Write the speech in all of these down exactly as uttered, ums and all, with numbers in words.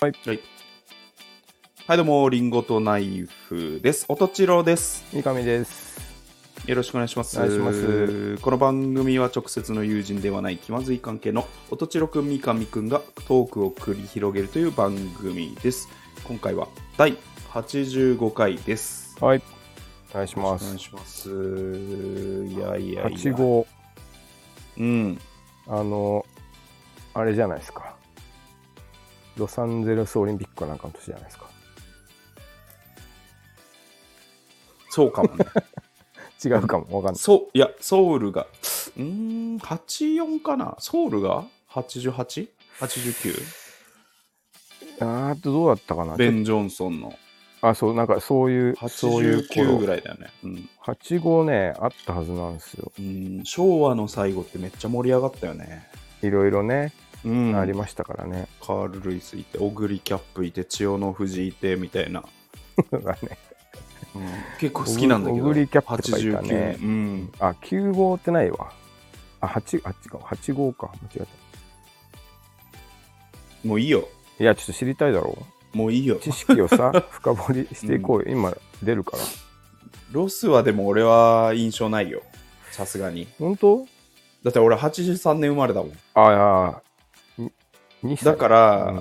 はい。はい。はい、どうも、リンゴとナイフです。おとちろです。 三上です。 よろしくお願いします。 お願いします。 この番組は直接の友人ではない気まずい関係のおとちろくん、三上くんがトークを繰り広げるという番組です。今回はだいはちじゅうごかいです。 はい。お願いします。 お願いします。いやいやいや。 はち号。 うん。 あの、あれじゃないですか。ロサンゼルスオリンピックかなんかの年じゃないですか。 そうかもね。 違うかもわかんない。 そう、いや、ソウルが、うーん、はちじゅうよんかな。ソウルが はちじゅうはち?はちじゅうきゅう? あーと、どうだったかな。 ベン・ジョンソンの。 あ、そう、なんかそういう、 はちじゅうきゅうぐらいだよね。うん。 はち号ね、あったはずなんですよ。 うん、昭和の最後ってめっちゃ盛り上がったよね。 いろいろね、 うん、 ありましたからね。 カール・ルイスいて、オグリキャップいて、千代の富士いて、みたいな。 ねうん、結構好きなんだけど。 オグリキャップとかいたね。 はちじゅうきゅう、うん。 あ、きゅう号ってないわ。あ、はち、あ、違う、はち号か。間違えた。 もういいよ。 いや、ちょっと知りたいだろう。もういいよ。 知識をさ、深掘りしていこうよ。うん、今出るから。 ロスはでも俺は印象ないよ。さすがに。 本当？ だって俺はちじゅうさんねん生まれだもん。 ああ、にさい。 だから、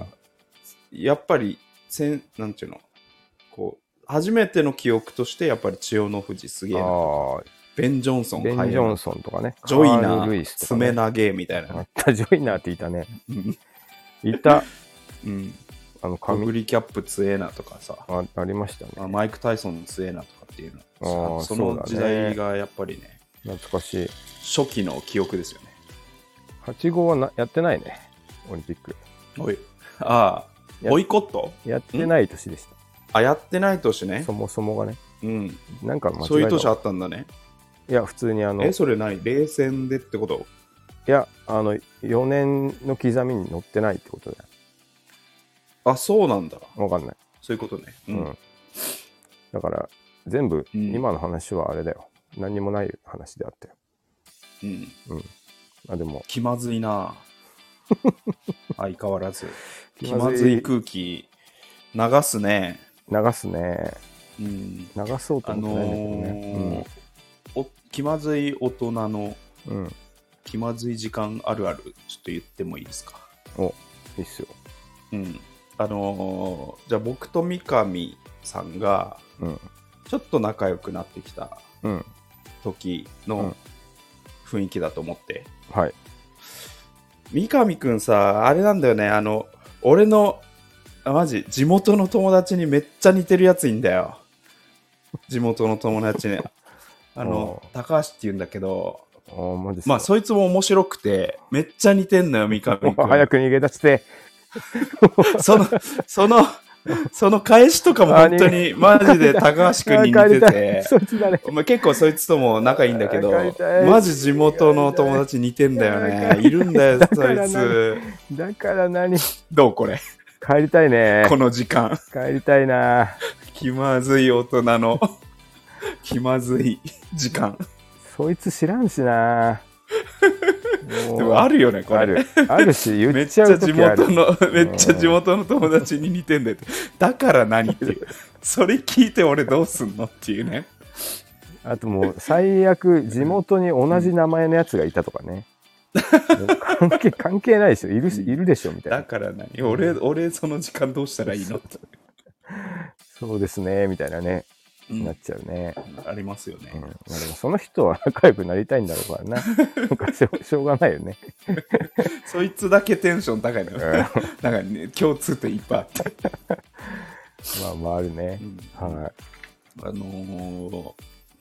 うん、やっぱりせん、なんていうの、こう、初めての記憶としてやっぱり千代の富士すげえなとか、ベン・ジョンソン、 ベン・ジョンソンとかね、 ジョイナー、 ルイスとか、ね、 爪投げみたいな、ね。 あった、ジョイナーっていたね。いた。 うん。 あのオグリキャップ強えなとかさ。 あ、ありましたね。 マイク・タイソン強えなとかっていうの。あその時代がやっぱりね、 懐かしい。 初期の記憶ですよね。 はち号はなやってないね、オリンピック。 おい。ああ、ボイコットやってない年でした。 あ、やってない年ね。 そもそもがね。 うん。 なんか間違えた。 そういう年あったんだね。 いや、普通にあの。 え、それ何冷戦でってこと？ いや、あの、よねんの刻みに乗ってないってことだよ。 あ、そうなんだ。 わかんない。 そういうことね。うん。うん、 だから、全部、うん、今の話はあれだよ。何にもない話であったよ。 うん。 うん。あ、でも。 気まずいな相変わらず。気まずい空気、流すね。 流すね。 うん。 流そうと思ってないんだけどね。 あのーうん、お気まずい大人の、 うん、 気まずい時間あるある、ちょっと言ってもいいですか？ お、いいっすよ。 うん。あのー、じゃあ僕と三上さんが、うん、ちょっと仲良くなってきた時の雰囲気だと思って。 うん、はい。 三上くんさ、あれなんだよね、あの、俺の、マジ、地元の友達にめっちゃ似てるやついんだよ。地元の友達ね。あの、高橋って言うんだけど、 あマジっすか。 まあ、そいつも面白くて、めっちゃ似てんのよ、三上くん。 早く逃げ出して。 その、その、その返しとかも本当にマジで高橋くんに似てて、 そいつだね、 お前結構そいつとも仲いいんだけど、マジ地元の友達似てんだよね。いるんだよ、そいつ。 だから何どうこれ。 帰りたいね。 この時間。 帰りたいな。 気まずい大人の気まずい時間。 そいつ知らんしな。 でもあるよね、これ。 ある。あるし、言っちゃう時ある。 めっちゃ地元の、めっちゃ地元の友達に似てんだよって。だから何っていう。それ聞いて俺どうすんのっていうね。 あともう、最悪、地元に同じ名前のやつがいたとかね。関係、関係ないでしょ。いるし、いるでしょ、みたいな。 だから何俺、俺その時間どうしたらいいのって。 そうですね、みたいなね。なっちゃうね、 うん、ありますよね、 うんまあ、でもその人は仲良くなりたいんだろうからななんかしょしょうがないよねそいつだけテンション高いのよなんか、ね、共通点いっぱいあってまあまああるね、うん、はいあのー、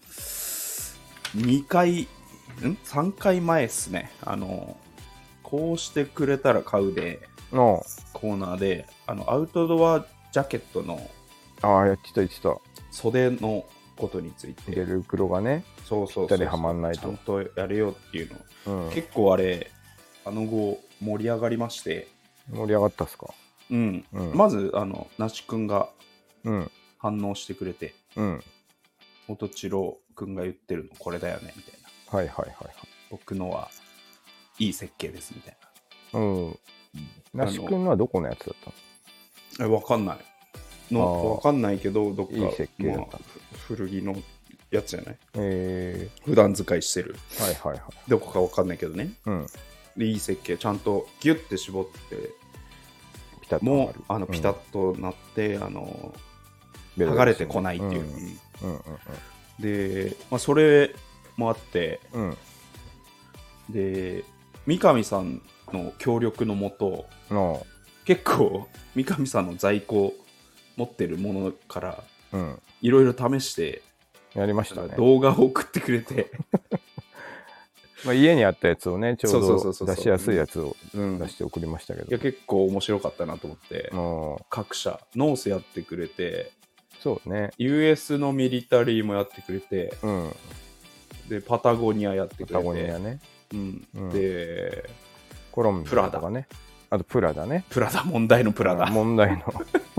にかいんさんかいまえっすねあのー、こうしてくれたら買うでコーナーであのアウトドアジャケットのああやってた言ってた袖のことについてゲルクロがねそうそうそうそうはまんないとちゃんとやれよっていうの、うん、結構あれあの後盛り上がりまして盛り上がったっすかうん、うん、まずあの那須くんが反応してくれて、うん、音千代くんが言ってるのこれだよねみたいなはいはいはい、はい、 僕のはいい設計ですみたいなうん那須くんのはどこのやつだったのえ、わかんないあーの、わかんないけど、どっか、 いい設計だまあ、ふ古着のやつじゃないえ普段使いしてる。 ー、はいはいはい。 どこかわかんないけどね。 うん。 で、いい設計、ちゃんとギュッて絞って、 ピタッともう、 上がるあの、ピタッとなって、あの、 ベロベロ剥がれてこないっていう。 うんうんうんで、まあ、それもあって、 うんうん。 で、三上さんの協力のもと、 の結構、三上さんの在庫持ってるものから、 うん。 いろいろ試して、 やりましたね。 動画を送ってくれて、 まあ、家にあったやつをね、ちょうそうそうどそうそう出しやすいやつをうん、 出して送りましたけど。 いや結構面白かったなと思って、 も各社ノースやってくれて、 うそうね。 ユーエス のミリタリーもやってくれて、 うん。 でパタゴニアやってくれて、 パタゴニアね。 うんうんでコロンビアとかね。あとプラダね。 プラダ、問題のプラダ、 問題の。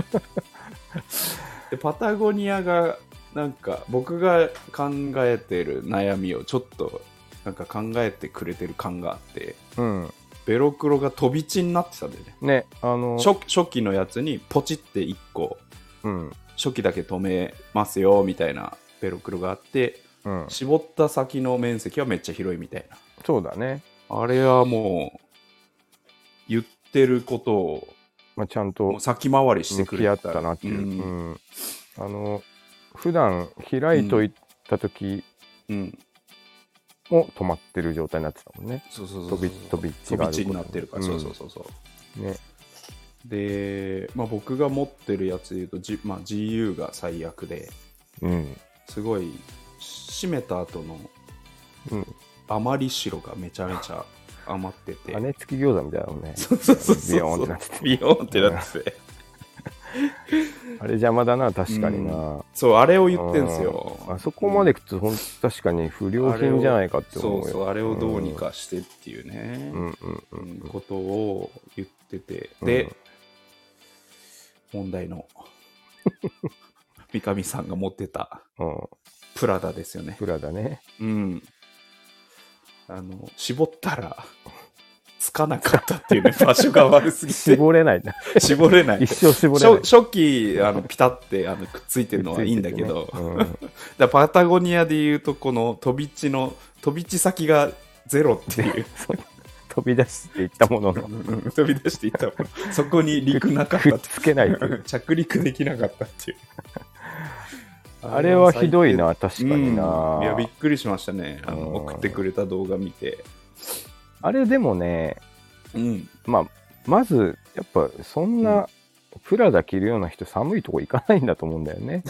でパタゴニアがなんか僕が考えてる悩みをちょっとなんか考えてくれてる感があって、 うん。 ベロクロが飛び地になってたんだよね。 ね、あの、 初初期のやつにポチっていっこうん。 初期だけ止めますよみたいなベロクロがあって、 うん。 絞った先の面積はめっちゃ広いみたいな。 そうだね。 あれはもう言ってることをまあ、ちゃんもとう先回りして向き合っくれたたなっていう。 うんうん。あの、普段開いといた時うん、 も止まってる状態になってたもんね。 そうそうそうそう、 飛び飛び地がある飛び地になってるから、 うんそうそうそうそうね。 で、まあ、僕が持ってるやつで言うと、G まあ、ジーユー が最悪で、 うん。 すごい閉めた後のうん。 余り白がめちゃめちゃ余ってて、 羽根付き餃子みたいなのね。 そうそうそうそう、 ビヨーンってなっててビヨーンってなってて、 あれ邪魔だな、確かにな。 そう、あれを言ってんすよ。 あそこまでいくと、ほん確かに不良品じゃないかって思うよ。 そうそう、あれをどうにかしてっていうね、 うんうんうんうんことを言ってて、で、問題の三上さんが持ってたうん。 プラダですよね。 プラだね。 うん。あの、絞ったら、つかなかったっていうね、場所が悪すぎて。 絞れないな。 絞れない。 一生絞れない。 初初期、あの、ピタってあのくっついてるのはいいんだけど、 くっついててねうんだからパタゴニアでいうと、この飛び地の、飛び地先がゼロっていう。 飛び出していったものの、 飛び出していったもの。そこに陸なかったくっつけないっていう。 着陸できなかったっていう。 あれはひどいな、確かにうんな。 いや、びっくりしましたね。あのうん送ってくれた動画見て。 あれでもね、 うん。 まあ、まず、やっぱそんな、プラダ着るような人、寒いとこ行かないんだと思うんだよね。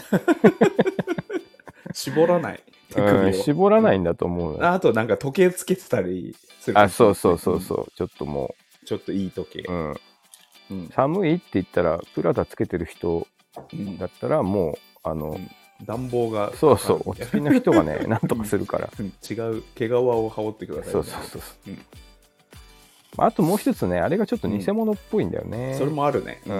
絞らない。手首うんを。 絞らないんだと思うの。 あとなんか時計つけてたりする。 あ、そうそうそうそう。ちょっともちょっといい時計う、。うん、 うん。 寒いって言ったら、プラダつけてる人うんだったら、もう、あの、 暖房が。 そうそう、お付きの人がね、なんとかするから。 うん違う毛皮を羽織ってください。 そうそうそう。 うんあともう一つね、あれがちょっと偽物っぽいんだよね。 それもあるね。 うん。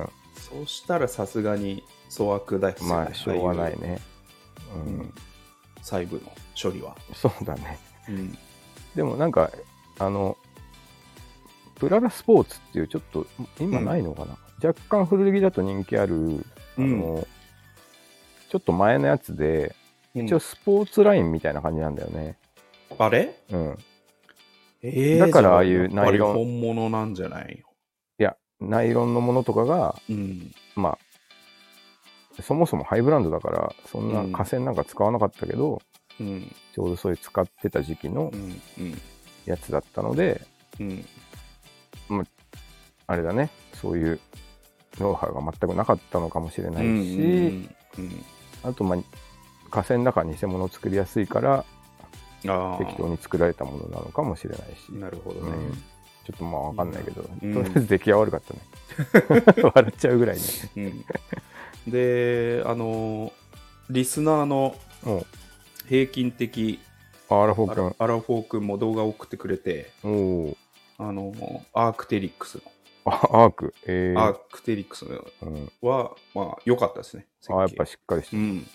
そうしたらさすがに粗悪だよね。 まあ、しょうがないね。ううんん。 細部の処理は。 そうだね。 うん。 でもなんか、あの、プラダスポーツっていうちょっと、今ないのかな、若干古着だと人気ある、あの、ちょっと前のやつで、一応スポーツラインみたいな感じなんだよね。 あれうん。 えーだからああいうナイロンやっぱり本物なんじゃないよ。 いや、ナイロンのものとかが、 うん。 まあ、そもそもハイブランドだから、そんうなん河川なんか使わなかったけど、 うん。 ちょうどそういう使ってた時期のうん。うん。 やつだったので、 うん。 あれだね、そういうノウハウが全くなかったのかもしれないし、 うんうんうんあと、まあ、河川だから偽物を作りやすいから、 あ適当に作られたものなのかもしれないし、 あ、なるほどね。 うんちょっとまあわかんないけど、 うんとりあえず出来は悪かったね。笑っちゃうぐらいね。 うん、で、あの、リスナーのも平均的う、アラフォアー君。 ラアラフォー君も動画を送ってくれて、 おお。 あの、アークテリックスの、 あ、アーク。えー、 アークテリックスうん、 は、まあ、良かったですね。 あ、やっぱしっかりしてる。 うん。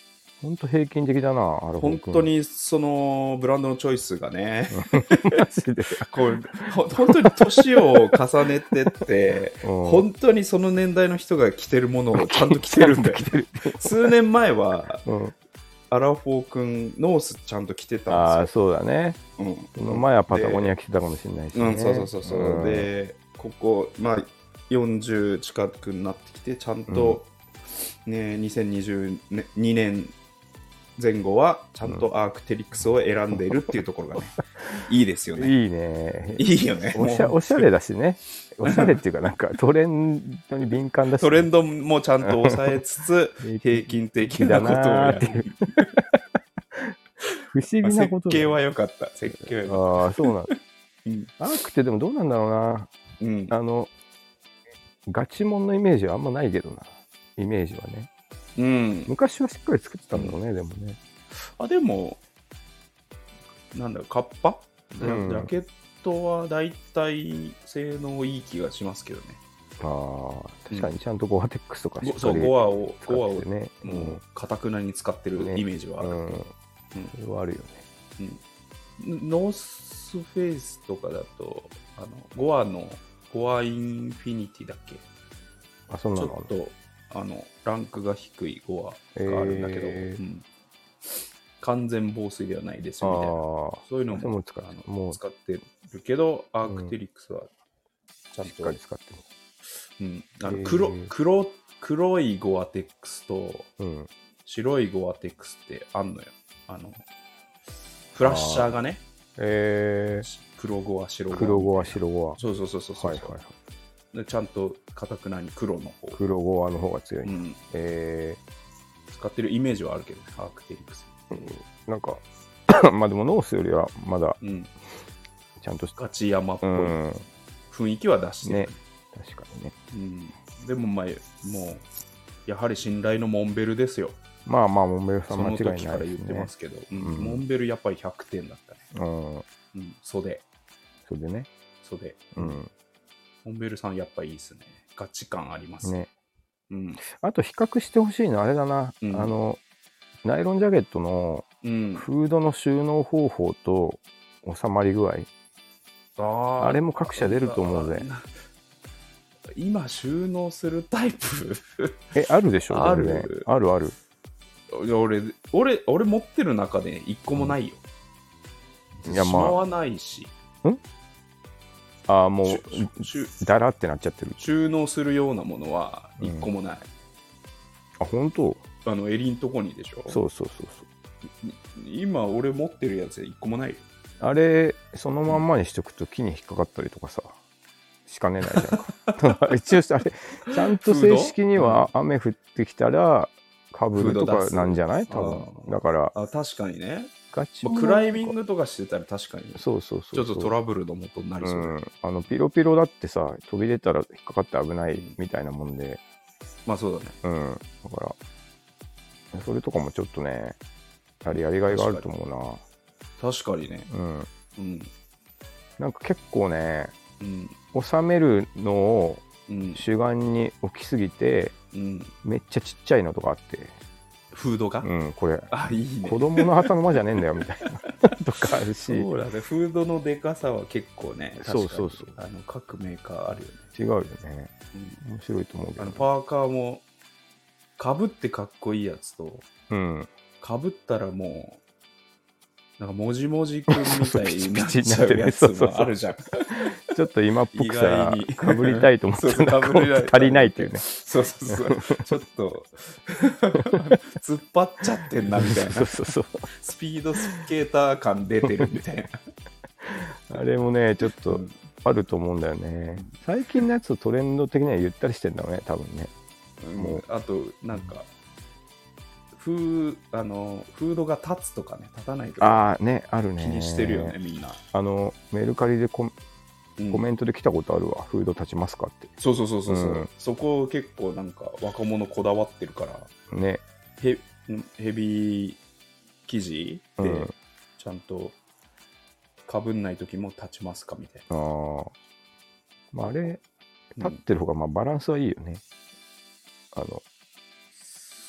ほんと平均的だな、アラフォー本君。 当にそのブランドのチョイスがね、 マジで。 こうほ本当に年を重ねてってうん本当にその年代の人が着てるものをちゃんと着てるんだよ。 着てる。 数年前はうん、 アラフォー君ノースちゃんと着てたああ、 んですよ。 そうだね。 うんその前はパタゴニア着てたかもしれないしね。 うん、そうそうそうそう、 うん、 でここまあよんじゅう近くになってきてちゃんと、ね、にせんにじゅうにねん前後はちゃんとアークテリクスを選んでいるっていうところがね、いいですよね。 いいね。 いいよね。 おしゃもうおしゃれだしね。おしゃれっていうか、なんかトレンドに敏感だし、 トレンドもちゃんと抑えつつ平均的なことをやっていうる。 不思議なことだ設計は良かった。設計は良かっああ、そうなの。 た。うんアークってでもどうなんだろうな。 うんあの、ガチモンのイメージはあんまないけどな。イメージはね。 うん、 昔はしっかり作ってたんだろうね、でもね。 あでもなんだろうカッパ、 うんジャケットはだいたい性能いい気がしますけどね。 ああ、確かにちゃんとゴアテックスとかしっかりそうゴアを使ゴアをってね。 もうかたくなに使ってるイメージはある。 うん。うん。それはあるよね。 うん、ノースフェイスとかだとあのゴアのゴアインフィニティだっけ、 あ、そんなちょのあるっとあのランクが低いゴアがあるんだけど、 えーうん完全防水ではないですよみたいな、 ああ、 そういうのもそれも使うあのもう使ってるけど、アークテリクスはちゃんしっと、 かり使ってうん、あのへー黒黒黒いゴアテックスとる。うん。 白いゴアテックスってあんのよ。あのフラッシャーがね、 え黒ゴア白ゴー、 ア黒ゴア、白ゴア。 そうそうそうそうそう、 はいはいはい。 でちゃんとかたくなに黒の方、 黒ゴアの方が強い。 うん、 え使ってるイメージはあるけどね、アークテリクス。 ー、なんか、まあでもノースよりはまだうん、 ちゃんとした。 ガチ山っぽいうん。 雰囲気は出してる、 ね。確かにね。 うん、でもまあもうやはり信頼のモンベルですよ。 まあまあ、モンベルさそん間違いないの時から言ってですね。 ますけど、うんうんモンベルやっぱりひゃくてんだったね、 うん。 うん、袖それでね。 袖、 うん。 モンベルさんやっぱいいですね。ガチ感ありますね。 ね。 うん。 あと比較してほしいのはあれだな、 うんあのナイロンジャケットのうん。 フードの収納方法と収まり具合、 あーあれも各社出ると思うぜ。 今収納するタイプえ、あるでしょ。 ある全然あるある。 俺、俺、俺持ってる中で一個もないよ。 いやまあしまわないし。 ああ、もしゅうだらってなっちゃってる。 収納するようなものは一個もない。 あ、本当。 あの、襟んとこにでしょ。 そうそうそうそう。 今俺持ってるやつ一個もないよ。 あれそのまんまにしとくと木に引っかかったりとかさしかねないじゃんか一応あれちゃんと正式には雨降ってきたらかぶるとかなんじゃない多分。だからあ、確かにね。 ガチまあ、クライミングとかしてたら確かにそうそうそうちょっとトラブルの元になりそうだ、 うん、あのピロピロだってさ飛び出たら引っかかって危ないみたいなもんで、 まあそうだね。 うん、だからそれとかもちょっとねやはりやりがいがあると思うな。 確かにね。 うん、 うん。 なんか結構ねうん。 収めるのをうん。 主眼に置きすぎてうん。 めっちゃちっちゃいのとかあってフードが、 うんこれあ、いいね。 子供の頭じゃねえんだよみたいなとかあるしそうだね。フードのでかさは結構ね。確かにそうそうそうあの各メーカーあるよね。 違うよねうん、 面白いと思うけどあのパーカーもかぶってかっこいいやつとうんかぶったらもうなんかもじもじくんみたいになっピチピチにちゃなってるうやつもあるじゃん。 ちょっと今っぽく意さ外にかぶりたいと思ってそうそう被りたい足りないっていうねそうそうそう。ちょっと突っ張っちゃってんなみたいな。 そうそうそうスピードスケーター感出てるみたいな。 あれもねちょっとうんあると思うんだよね。最近のやつトレンド的にはゆったりしてんだろうね多分ね。もうあとなんかフーあのフードが立つとかね立たないとかああねあるね気にしてるよねみんな。 あのメルカリでコうんコメントで来たことあるわ、フード立ちますかってそうそうそうそうそう、 うんそこ結構なんか若者こだわってるからね。 ヘヘビー生地でうんちゃんとかぶんない時も立ちますかみたいな。 あー、まあ、あれ立ってる方がまあバランスはいいよね。あの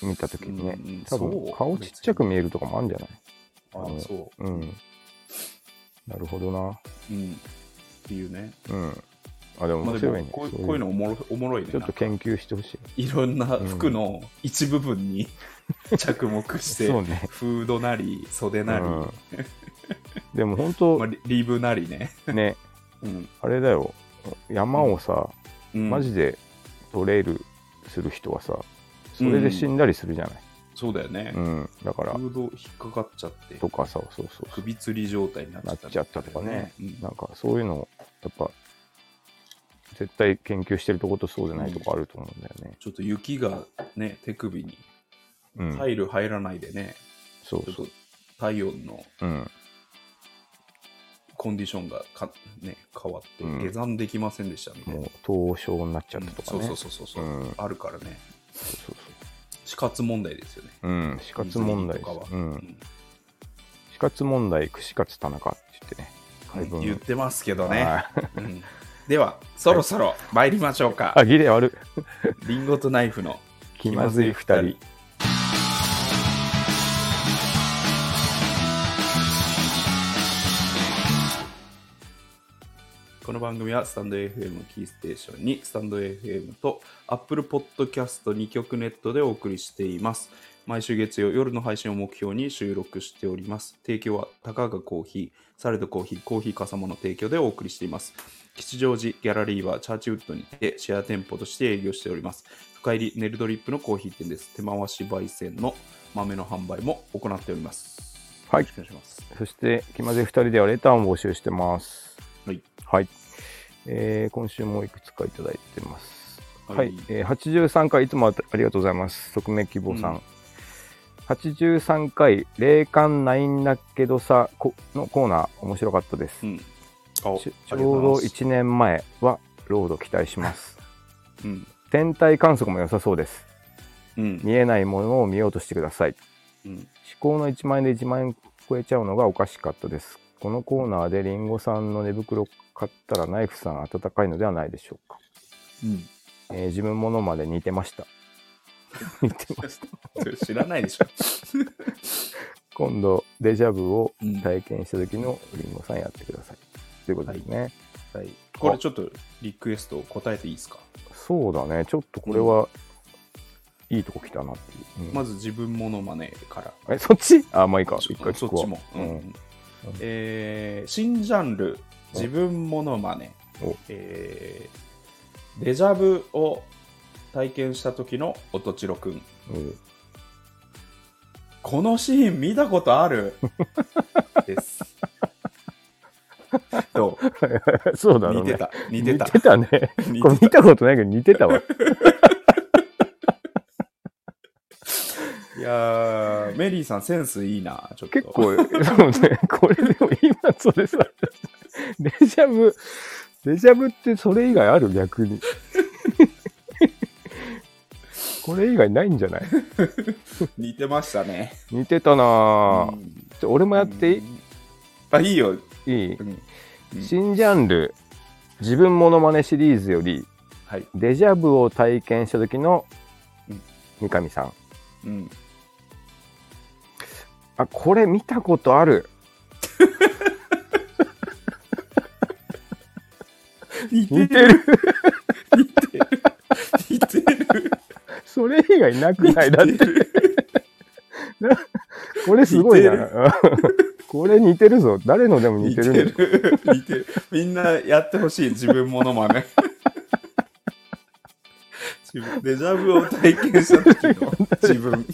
見たときにね、 うんうん、 多分顔ちっちゃく見えるとかもあるんじゃない？ ああ、そう。 うん。なるほどな。 うん。っていうね。 うん。あ、でも面白いね。 こう、こういうのおもろおもろいね。 ちょっと研究してほしい。 いろんな服の一部分に、うん、着目して、そうね、フードなり、袖なり。うん、 でも本当、 まあ、リブなりね。 ね、うん、あれだよ。山をさ、うん、マジでトレイルする人はさ、それで死んだりするじゃない。うん、 そうだよね。 うん。だから、 フード引っかかっちゃって。 とかさ、そうそうそう。 首吊り状態になっちゃった、 ね、なっちゃったとかね。うん、なんかそういうの、やっぱ、絶対研究してるとことそうじゃないとこあると思うんだよね。 うん、ちょっと雪がね、手首に入る入らないでね、うん、そうそう、ちょっと体温のコンディションがか、ね、変わって、下山できませんでしたみたいな。もう凍傷になっちゃったとかね。 うん、そうそうそうそう、うん、あるからね。 そうそうそう。 死活問題ですよね。 うん、死活問題です。うん。死活問題、串カツ田中って言ってね。 うん、言ってますけどね。うん、では、そろそろ参りましょうか。 あ、ギレ悪。 リンゴとナイフの気まずい二人。 この番組はスタンド エフエム キーステーションにスタンド エフエム と Apple Podcast に曲ネットでお送りしています。毎週月曜夜の配信を目標に収録しております。提供はたかがコーヒー、サレドコーヒー、コーヒーかさまの提供でお送りしています。吉祥寺ギャラリーはチャーチウッドにてシェア店舗として営業しております。深入りネルドリップのコーヒー店です。手回し焙煎の豆の販売も行っております。 はい。よろしくお願いします。そして気まずいふたりではレターを募集してます。 はい。 はい。えー、今週もいくつかいただいてます。はい。はい、えー、はちじゅうさんかいいつもありがとうございます。匿名希望さん。うん、はちじゅうさんかい霊感ないんだけどさのコーナー面白かったです。うん、ちょうどいちねんまえはロード期待します。うん、天体観測も良さそうです。うん、見えないものを見ようとしてください。うん、思考のいちまんえんでいちまんえん超えちゃうのがおかしかったです。このコーナーでリンゴさんの寝袋買ったらナイフさん温かいのではないでしょうか。うんえー、自分ものまで似てました。似てました。 知らないでしょ。 今度デジャブを体験した時のリンゴさんやってください。ということですね。 はいはい、これちょっとリクエスト答えていいですか？ そうだね。ちょっとこれは、いいとこ来たなっていう。 うん、まず自分モノマネから。 え、そっち？あ、まあいいか。一回そっちも。うんうんえー、新ジャンル、自分モノマネ。えー、デジャブを体験した時のおとちろくん。このシーン見たことあるです。どうそうだろうね。 似てた。似てた。 似てたね。これ見たことないけど似てたわ。 いやー、メリーさんセンスいいな、ちょっと。 結構、そうね、これでも今それさ、デジャブ、デジャブってそれ以外ある？逆に。これ以外ないんじゃない？ 似てましたね。 似てたなぁ、うん、ちょ俺もやっていい？ あ、いいよ。 いい、うんうん、新ジャンル、自分モノマネシリーズより、はい、デジャブを体験した時の三上さん。うん、あ、これ見たことある。 似てる。似てる。似てる。 それ以外なくない？だって。これすごいな。これ似てるぞ。誰のでも似てる。 似てる。似てる。みんなやってほしい。自分モノマネ。デジャブを体験した時の自分。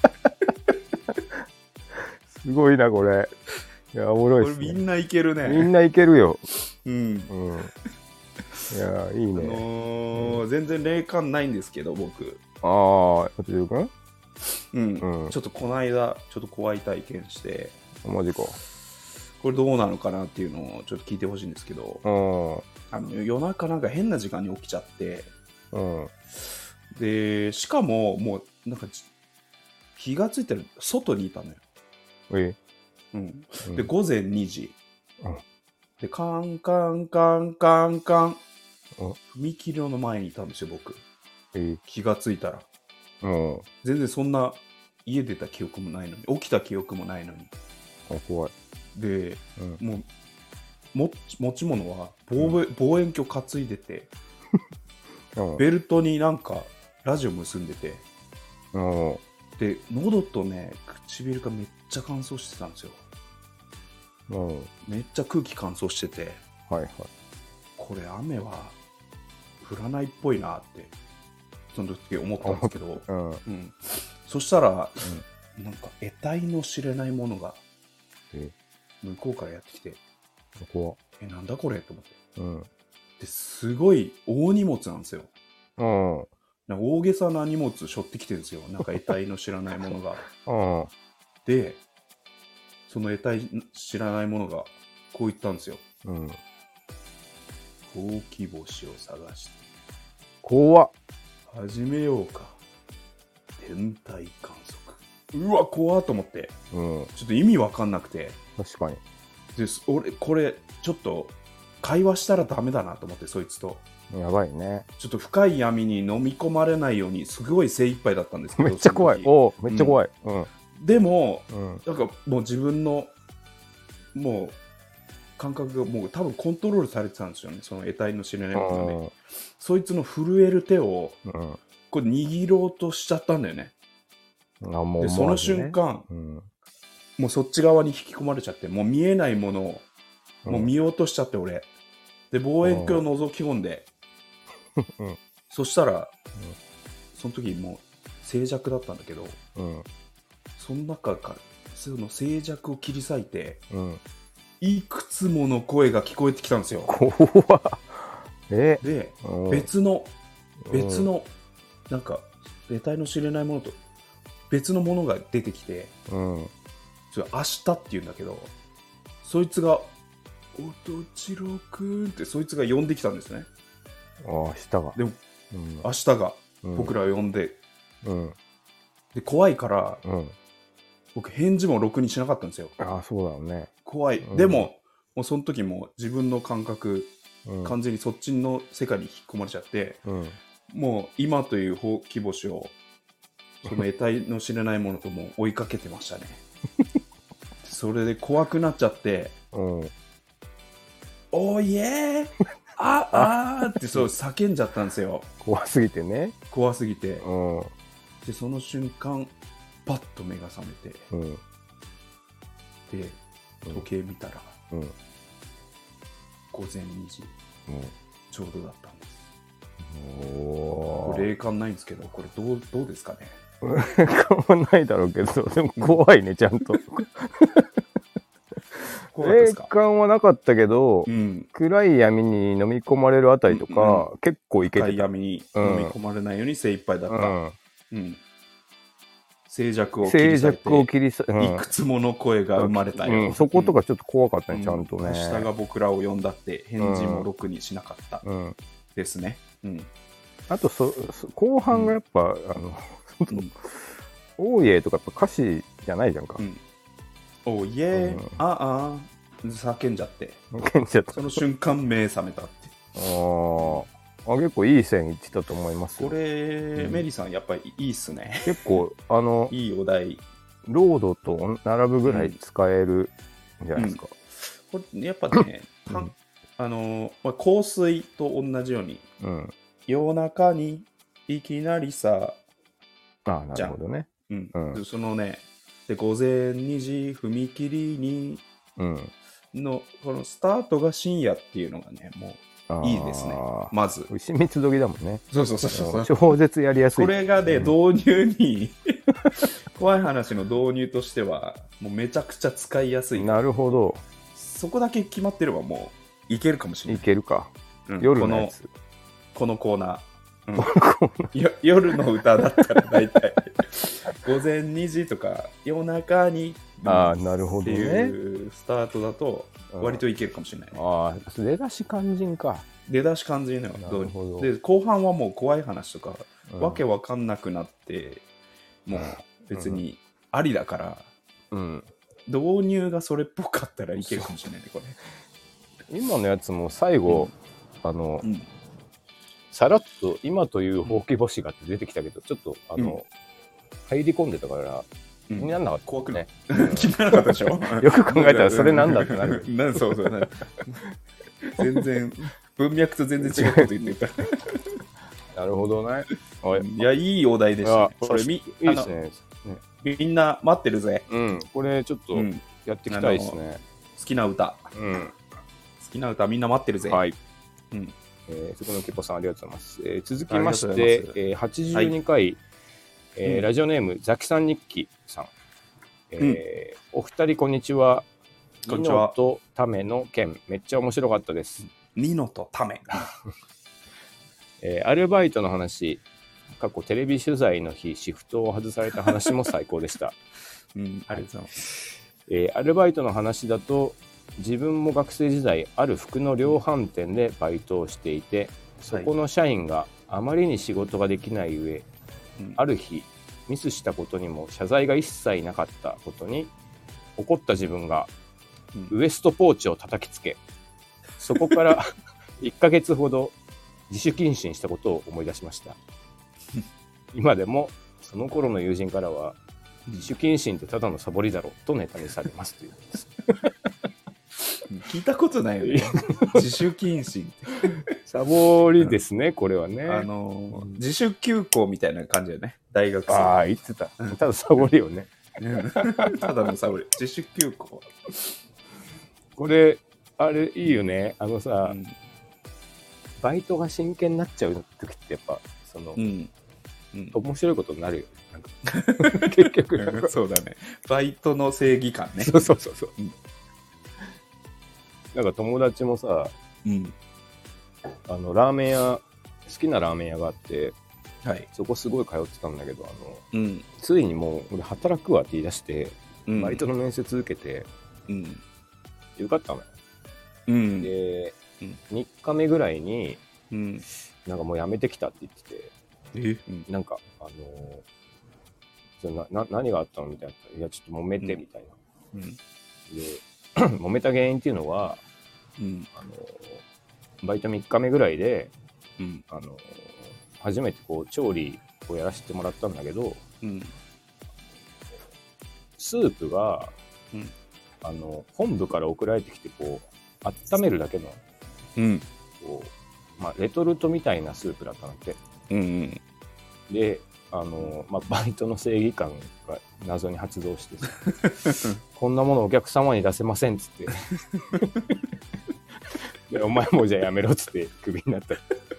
すごいな、これ。いや、おもろいっすね。 これみんないけるね。 みんないけるよ。 うん。うん、 いや、いいね。 あのーうん、全然霊感ないんですけど、僕。 ああ、やってるかな？ うん、うん。ちょっとこの間、ちょっと怖い体験して。 マジか。 これどうなのかなっていうのをちょっと聞いてほしいんですけど。あの夜中なんか変な時間に起きちゃって。うん。で、しかも、もう、なんか、気がついたら外にいたのよ。 えうん。で、ごぜんにじ。うん。で、カンカンカンカンカン。踏切の前にいたんですよ、僕。え気がついたら。 うん。 全然そんな家出た記憶もないのに、起きた記憶もないのに。 あ、怖い。 で、 うん。 もうも持ち物は望遠、望遠鏡担いでて、 うん。 ベルトになんかラジオ結んでて、 うん。 で喉とね唇がめっちゃ乾燥してたんですよ。 うん。 めっちゃ空気乾燥してて、 はいはい。 これ雨は降らないっぽいなってその時思ったんですけど、 うん。うん。 うん、そしたら、なんか得体の知れないものがえ、 向こうからやってきて、 怖っ。 え、なんだこれと思って。 うん。 ですごい大荷物なんですよ。 うん。 なんか大げさな荷物背負ってきてるんですよ。なんか得体の知らないものが。 うん。 で、その得体知らないものがこう言ったんですよ。 うん。 ほうき星を探して怖っ。 始めようか。天体観測。うわ、怖っと思って。 うん。 ちょっと意味わかんなくて。 確かに。 で、俺、これ、ちょっと、会話したらダメだなと思って、そいつと。 やばいね。 ちょっと深い闇に飲み込まれないように、すごい精一杯だったんですけど。 めっちゃ怖い。おう、めっちゃ怖い。うん。 でも、 うん。 なんかもう自分の、もう、感覚がもう多分コントロールされてたんですよね。その得体の知れないもので。そいつの震える手を、 うん。 これ握ろうとしちゃったんだよね。 あ、もう、 で、その瞬間、 うん、 もうそっち側に引き込まれちゃって、もう見えないものを、もう見ようとしちゃって、俺。で、望遠鏡を覗き込んで、 うん、 そしたら、うん、その時もう静寂だったんだけど、 うん、 その中から、その静寂を切り裂いて、 うん、 いくつもの声が聞こえてきたんですよ。 怖っ。えで、 うん、 別の、別の、うん、なんか、得体の知れないものと、別のものが出てきて、 うん、 それ明日って言うんだけど、そいつが、おとちろくんってそいつが呼んできたんですね。 ああ、明日が。 でも、 うん、 明日が僕らを呼んで、 うん、 で怖いから、 うん、 僕返事もろくにしなかったんですよ。 ああ、そうだよね。 怖い。 うん、 でも、もうその時も自分の感覚、 うん、 完全にそっちの世界に引き込まれちゃって、 うん、 もう今というほうき星を、その得体の知れないものとも追いかけてましたね。それで怖くなっちゃって、 うん、 おーいえーああーってそう叫んじゃったんですよ。 怖すぎてね。 怖すぎて。 うん、 で、その瞬間、パッと目が覚めて、 うん、 で、時計見たら、 うん、 ごぜんにじ、 うん、 ちょうどだったんです。 おこれ霊感ないんですけど、これどう、どうですかね。 変わんないだろうけど、でも怖いね、ちゃんと。霊感はなかったけど、うん、暗い闇に飲み込まれるあたりとか、うん、結構いけてた。 暗い闇に飲み込まれないように精一杯だった。うんうん、静寂を切り裂いて、静寂を切り裂いて、うん、いくつもの声が生まれたよ、 うん、そことかちょっと怖かったね、ちゃんとね。 明日が僕らを呼んだって返事もろくにしなかった、うん、ですね。うん、 あとそそ後半がやっぱ、うん、あのおーいえとかやっぱ歌詞じゃないじゃんか。うん、 おーいえ、うん、ああ叫んじゃって叫んじゃったその瞬間目覚めたって。 ああ結構いい線いってたと思いますよ。 これ、うん、メリーさんやっぱりいいっすね。 結構あのいいお題。 ロードと並ぶぐらい使えるんじゃないですか。 うん、これやっぱね、うん、あの、まあ、香水と同じように、うん、夜中にいきなりさあなるほどね。 うんうん、そのねでごぜんにじ踏切にのこのスタートが深夜っていうのがねもういいですね。まず牛蜜時だもんね。 そうそうそうそう超絶やりやすい。 これがね、うん、導入に怖い話の導入としてはもうめちゃくちゃ使いやすい。 なるほど。 そこだけ決まってればもういけるかもしれない。 いけるか、うん、夜のやつこのコーナー、うん、よ夜の歌だったら大体ごぜんにじとか夜中にあなるほど、ね、 っていうスタートだと割といけるかもしれない、ね、 ああ出だし肝心か。 出だし肝心のよ。なるほど。で後半はもう怖い話とか、うん、わけわかんなくなってもう別にありだから、うん、導入がそれっぽかったらいけるかもしれないねこれ。 今のやつも最後、うん、あの、うん、 さらっと今というほうき星がって出てきたけど、ちょっとあの、うん、入り込んでたから気にならなかった、ね、 怖くない気にならなかったでしょよく考えたらそれなんだってなるなんそうそうな全然文脈と全然違うこと言ってるからなるほどね。 いや、いいお題でしたね。 それみいいですね。 みんな待ってるぜ。 うん、これちょっとやっていきたいですね。 好きな歌、うん、好きな歌みんな待ってるぜ。 はい。うん。えー、そこのけぽさんありがとうございます。えー、続きまして、えー、はちじゅうにかい、はいえーうん、ラジオネームザキさん日記さん。えーうん、お二人こんにちは。 こんにちは。 ニノとタメの件めっちゃ面白かったです。 ニノとタメ。 えー、アルバイトの話、過去テレビ取材の日シフトを外された話も最高でした。 うん、ありがとうございます。 えー、アルバイトの話だと自分も学生時代ある服の量販店でバイトをしていて、そこの社員があまりに仕事ができない上、はい、ある日ミスしたことにも謝罪が一切なかったことに怒った自分がウエストポーチを叩きつけ、そこからいっかげつほど自主謹慎したことを思い出しました。今でもその頃の友人からは自主謹慎ってただのサボりだろとネタにされますというです聞いたことないよね自主謹慎サボりですね、これはね。 あのー、自主休校みたいな感じだよね、大学生。 ああ、言ってた。ただサボりよねただのサボり、自主休校。 これあれいいよね。あのさ、うん、バイトが真剣になっちゃう時ってやっぱその、うんうん、面白いことになるよね。なんか結局なんかそうだね。バイトの正義感ね。 そうそうそうそう、うん。なんか友達もさ、うん、あのラーメン屋、好きなラーメン屋があって、はい、そこすごい通ってたんだけど、あの、うん、ついにもう俺働くわって言い出して、うん、バイトの面接受けて、うん、よかったのよ。うん、で、うん、みっかめぐらいに、うん、なんかもう辞めてきたって言ってて、え、うん、なんかあのー、それなな何があったのみたいな、いやちょっと揉めてみたいな、うん、で揉めた原因っていうのは、うん、あのー、バイトみっかめぐらいで、うん、あのー、初めてこう調理をやらせてもらったんだけど、うん、スープが、うん、あの本部から送られてきてこう温めるだけの、うん、こうまあ、レトルトみたいなスープだったのって、うんうん、であの、まあ、バイトの正義感が謎に発動してこんなものお客様に出せませんっつってでお前もうじゃあやめろっつってクビになった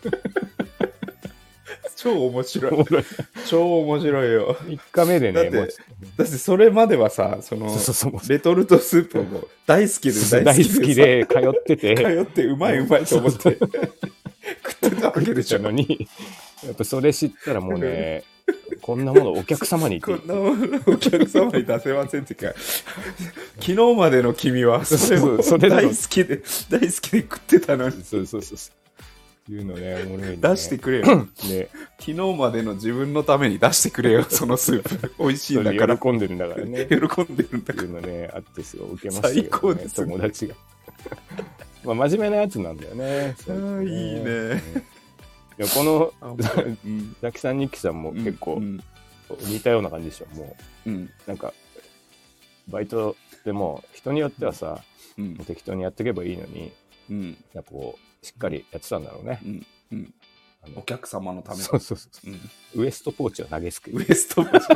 超面白い超面白いよ。 みっかめでね、 だってもうだってそれまではさ、そのそうそうそうレトルトスープも大好きで大好きで通ってて通ってうまいうまいと思って食ってたわけでしょ。 のにやっぱそれ知ったらもうねこんなものお客様にこんなものお客様に出せませんってか昨日までの君はそれを大好きで大好きで食ってたのにそうそうそうそういうのね、おもろいね。 出してくれよ、ね、昨日までの自分のために出してくれよそのスープ美味しいんだから喜んでるんだからね喜んでるんだからいうのねあってすごい受けましたけどね、最高です、友達がまあ真面目なやつなんだよね。 ああいいね、うん、いやこのザキさん日記さんも結構似たような感じでしょ。もう、うん、なんかバイトでも人によってはさ、うん、適当にやっていけばいいのに、うん、やっぱこうしっかりやってたんだろうね、うんうん、 あのお客様のためにそうそうそう、うん、ウエストポーチを投げつけるウエストポーチ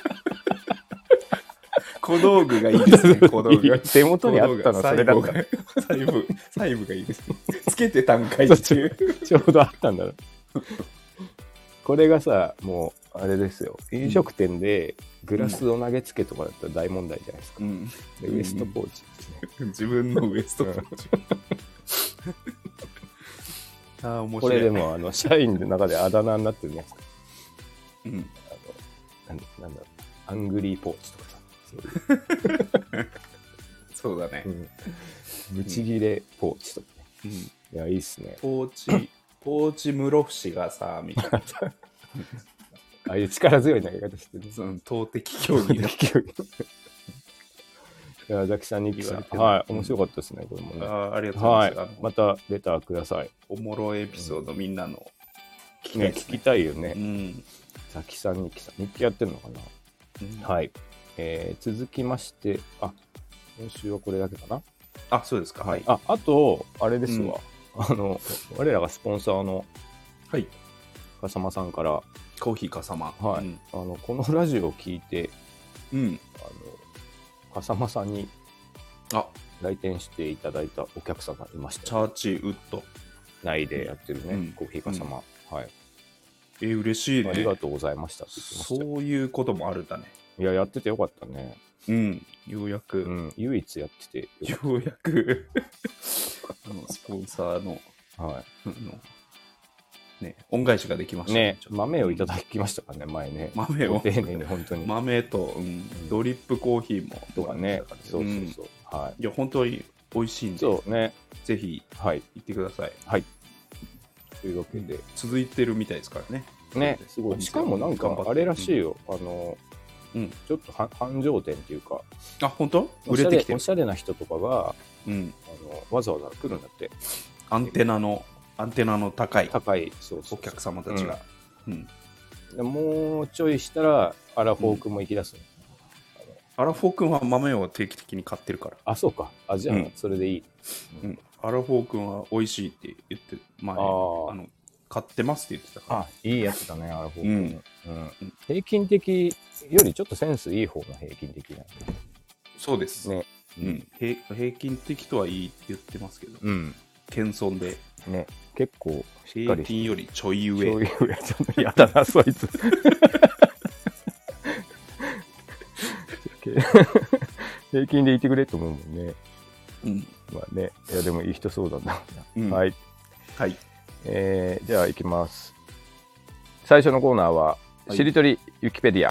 小道具がいいですね。小道具が手元にあったのそれだった細部細部がいいですね。つけてたんかいっていうちょうどあったんだろうこれがさもうあれですよ、飲食店でグラスを投げつけとかだったら大問題じゃないですか、うん、でウエストポーチですね、 うん、自分のウエストポーチあ面白い。 これでもあの社員の中であだ名になってるやつか、うん、あの な, なんだろうアングリーポーチとかさそういうそうだね、うん、 ブチギレポーチとかね、うん、いやいいっすね。 ポーチポーチ室伏がさみたいなああいう力強い投げ方してる、 その投擲競技だいやザキさんに言われて、はい、面白かったですね、これもね。 あありがとうございます、 はい、またレターください。 おもろいエピソード、うん、みんなの聞きたいですね。 聞きたいよね。 うん。 ザキさん日記さん。日記やってんのかな、うん、はい。えー、続きまして、あ、今週はこれだけかな。 あ、そうですか。はい。 あ、あと、あれですわ。うん、あの、我らがスポンサーの、 はい。 笠間さんから、 コーヒー笠間。 はい、うん。あの、このラジオを聞いて、 うん。 あの、笠間さんに、 あ、 来店していただいたお客様いました、ね。 チャーチウッド内でやってるね、うん、コーヒー笠間、うん。はい。 えー、嬉しいね。 ありがとうございましたって言ってました。 そういうこともあるんだね。 いや、やっててよかったね。 うん。ようやく。 うん。唯一やっててようやくあのスポンサーの、 はい。 のね、恩返しができましたね。 ね、豆をいただきましたからね、前ね。 豆を。 丁寧に本当に。 豆と、うんうん、ドリップコーヒーもとかね。そうそうそう。うん、はい。 いや、本当に美味しいんで。 そうね。 ぜひ、はい。行ってください。 はい。というわけで。 続いてるみたいですからね。 ね。すごい。しかもなんか、あれらしいよ。うん、あの、うん、ちょっと繁盛店っていうか。 あ、本当？売れてきてる。 おしゃれな人とかが、 うん、 あのわざわざ来るんだって。 アンテナの。アンテナの高い高いそうそうお客様たちが、うんうん、 でもうちょいしたらアラフォー君も行き出す、 うん、アラフォー君は豆を定期的に買ってるから。 あ、そうか。あ、じゃあ、うん、それでいい、 うん、アラフォー君は美味しいって言って前 あ, あの買ってますって言ってたから。 あ、いいやつだね、アラフォー君、うんうん、平均的よりちょっとセンスいい方が平均的なんで。 そうですね、 うん、平, 平均的とはいいって言ってますけど、 うん、 謙遜でね、結構しっかり平均よりちょい上。 ちょい上。ちょっとやだな、そいつ。平均でいてくれと思うもんね。 うん。 まあね、いやでもいい人そうだな。 うん、 はい。 はい。 えー、じゃあ行きます。最初のコーナーは、はい、しりとりユキペディア。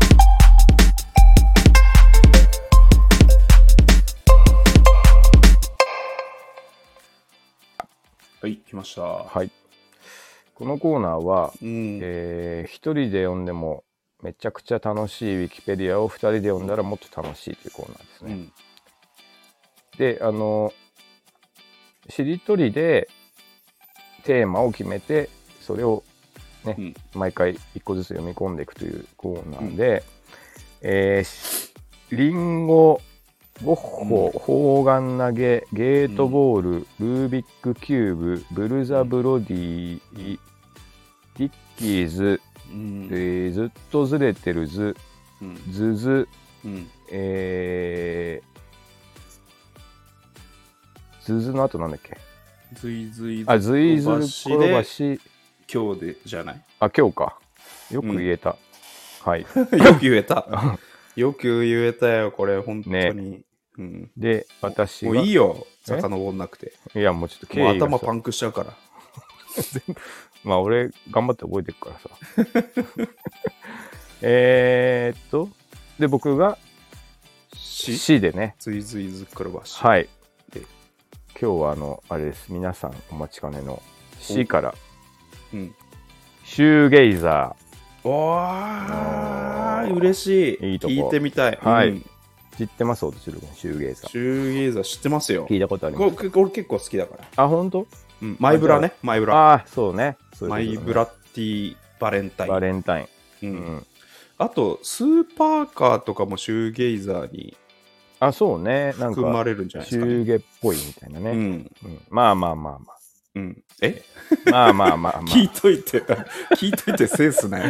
はい、来ました。 はい。このコーナーは、 うん、 えー、一人で読んでもめちゃくちゃ楽しいウィキペディアを二人で読んだらもっと楽しいというコーナーですね。うん、で、あの、しりとりでテーマを決めて、それをね、うん、毎回一個ずつ読み込んでいくというコーナーで、うん、えー、リンゴ、ゴッホ、うん、砲丸投げ、ゲートボール、うん、ルービックキューブ、ブルザ・ブロディ、うん、ディッキーズ、うんえー、ずっとずれてる図、うん、ズズ、うん、えー、ズズの後なんだっけ？ ズイズイあ、ズイズル転ばし。 今日でじゃない？ あ、今日か。よく言えた。うん、はい。よく言えた。よく言えたよ、これ、本当に。ねうん、で、私が。 もういいよ、遡んなくて。 いや、もうちょっと経緯がもう頭パンクしちゃうから。 まあ、俺、頑張って覚えてるからさ。えーっと、で、僕が、 し、 しでね。 ズイズイずっくるばし。 はい。で、今日は、あの、あれです。皆さんお待ちかねの、しから、うん、シューゲイザー。おー、嬉しい。 いいとこ聞いてみたい。 はい。うん、知ってます？私、シューゲイザー。 シューゲイザー知ってますよ。 聞いたことあります。 これ、これ結構好きだから。 あ、ほんと？ うん、マイブラね。マイブラ。 ああ、そうね。そういうマイブラッティバレンタイン。 バレンタイン。 うん。うん、あと、スーパーカーとかもシューゲイザーに。 あ、そうね。なんか、 含まれるんじゃないですか、ね。 シューゲっぽいみたいなね。うん。うん、まあまあまあまあ。 うん。えまあまあまあまあ。 聞いといて、聞いといてセンスね。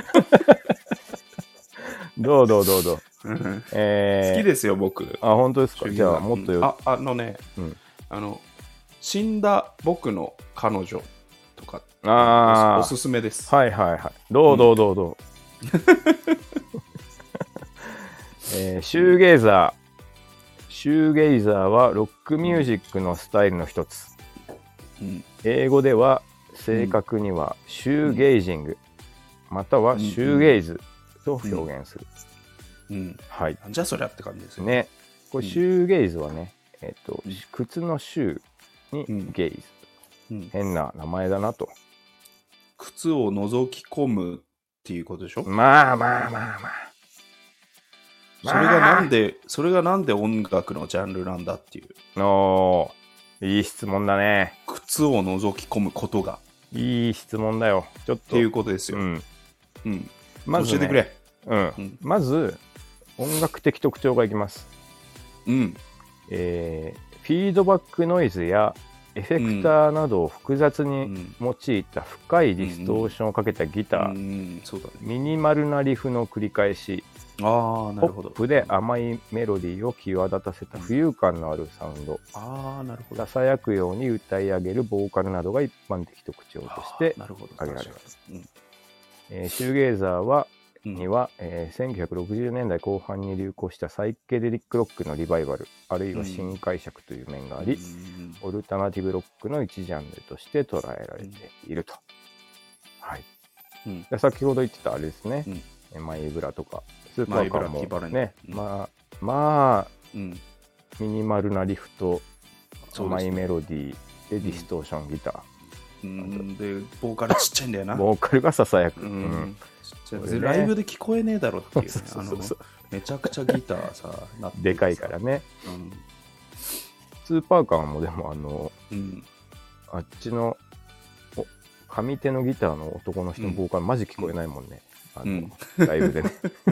どうどうどうどう。 えー、好きですよ、僕。 あ、本当ですか。じゃあ、もっとよ、 うん、あ、あのね、うん、あの、死んだ僕の彼女とか、 あおすすめです。 はいはいはい。どうどうどうどう。うん、えー、シューゲイザー。シューゲイザーはロックミュージックのスタイルの一つ。うん、英語では正確にはシューゲイジング、うん、またはシューゲイズと表現する。 うんうん、 はい。 じゃあそりゃって感じですよね。これシューゲイズはね、えっと、うん、靴のシューにゲイズ、うん。変な名前だなと。 靴を覗き込むっていうことでしょ？ まあまあまあまあ。 それがなんで、それがなんで音楽のジャンルなんだっていう。 おー、いい質問だね。 靴を覗き込むことが。 いい質問だよ。ちょっと。 っていうことですよ。 うん。 うん。 まず、ね、 教えてくれ。 うん。うん、まず、音楽的特徴がいきます。 うん。 えー、フィードバックノイズやエフェクターなどを複雑に用いた深いディストーションをかけたギター、 うんうん、そうだね、 ミニマルなリフの繰り返し、 あなるほど、 ポップで甘いメロディーを際立たせた浮遊感のあるサウンド、 あなるほど、 ささやくように歌い上げるボーカルなどが一般的特徴として挙げられます。うんえー、シューゲイザーはには、えー、せんきゅうひゃくろくじゅうねんだいこう半に流行したサイケデリックロックのリバイバル、あるいは新解釈という面があり、うん、オルタナティブロックの一ジャンルとして捉えられていると。はい。うん、で先ほど言ってたあれですね、うん、マイブラとかスーパーカーもね、うん、まあまあ、うん、ミニマルなリフと甘いメロディーでディストーションギター、 うん、でボーカルちっちゃいんだよな。 ボーカルがささやく、 うんうんね、ライブで聞こえねえだろっていうね、あのめちゃくちゃギターさなってでかいからね、うん、スーパーカーもでもあの、うん、あっちの上手のギターの男の人のボーカル、うん、マジ聞こえないもんね、あの、うん、ライブでね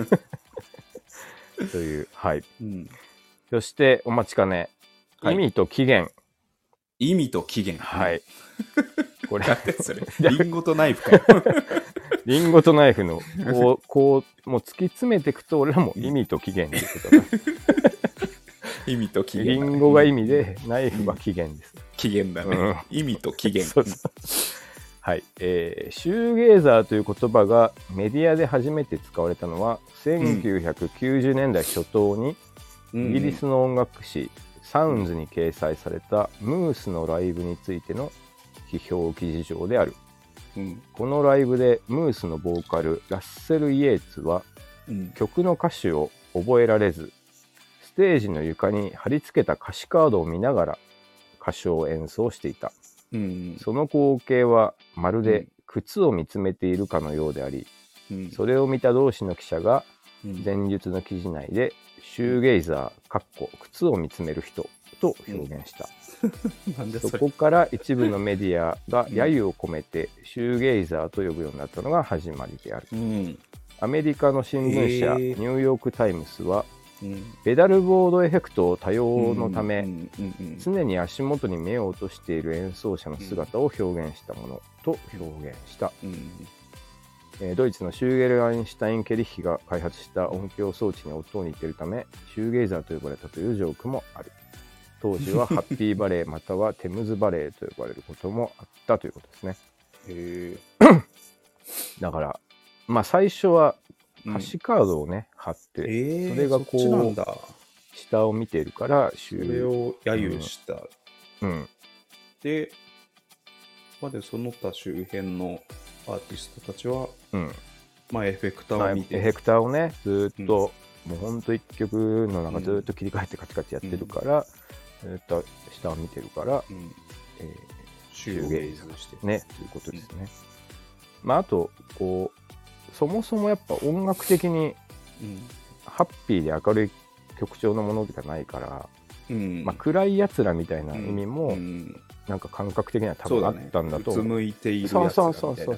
というはい、うん、そしてお待ちかね、はい、意味と起源、 意味と起源、 はい、 これそれリンゴとナイフかよリンゴとナイフのこうこうもう突き詰めていくと俺らも意味と起源っていうことだ、 意味と起源、 リンゴが意味でナイフは起源です、 起源だね、うん、意味と起源そうそうはい、えー、シューゲイザーという言葉がメディアで初めて使われたのはせんきゅうひゃくきゅうじゅうねんだい初頭にイギリスの音楽誌、うん、サウンズに掲載されたムースのライブについての批評記事上である。うん、このライブでムースのボーカルラッセル・イエーツは、うん、曲の歌詞を覚えられずステージの床に貼り付けた歌詞カードを見ながら歌唱を演奏していた、うん、その光景はまるで靴を見つめているかのようであり、うん、それを見た同士の記者が前述の記事内で、うん、シューゲイザーかっこ靴を見つめる人と表現した、うん、そ, そこから一部のメディアが揶揄を込めてシューゲイザーと呼ぶようになったのが始まりである、うん、アメリカの新聞社ニューヨークタイムスは、うん、ペダルボードエフェクト多用のため常に足元に目を落としている演奏者の姿を表現したものと表現した、うんえー、ドイツのシューゲル・アインシュタイン・ケリッヒが開発した音響装置に音を似ているためシューゲイザーと呼ばれたというジョークもある。当時はハッピーバレーまたはテムズバレーと呼ばれることもあったということですね。へだからまあ最初は歌詞カードをね、うん、貼って、えー、それがこう下を見ているからそれを揶揄した、うんうん、で、まあ、でその他周辺のアーティストたちは、うんまあ、エフェクターを見て、 まあ、エフェクターをねずっと、うん、もうほんと一曲の中ずっと切り替えてカチカチやってるから、うん、ずっと下を見てるから、うんえー、 シューゲイズしてねということですね、うん、まああとこうそもそもやっぱ音楽的にハッピーで明るい曲調のものではないから、うんまあ、暗いやつらみたいな意味も、うん、なんか感覚的には多分あったんだと思う。 うつむいているやつらみたいな感じで、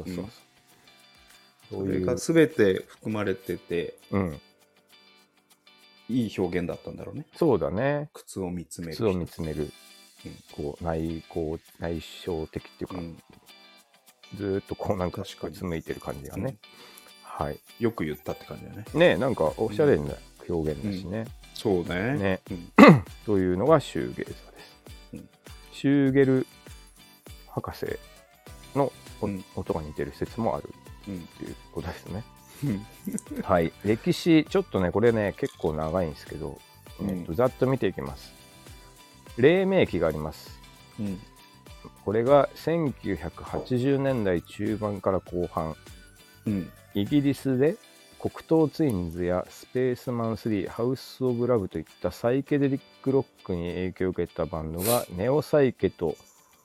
それが全て含まれてて、うん、いい表現だったんだろうね。 そうだね。 靴を見つめる。 靴を見つめる。うん、こう内こう内省的っていうか。うんずーっとこうなんかうつむいてる感じがね、うん、はいよく言ったって感じだね。 ねなんかおしゃれな表現だしね、うん、 そうねね、うん、というのがシューゲイザーです、うん、シューゲル博士の、うん、音が似てる説もあるっていうことですね、うん、はい歴史ちょっとねこれね結構長いんですけど、うんえっと、ざっと見ていきます。黎明期があります、うんこれがせんきゅうひゃくはちじゅうねんだい中盤から後半、うん、イギリスで黒糖ツインズやスペースマンスリー、ハウス・オブ・ラブといったサイケデリックロックに影響を受けたバンドがネオサイケと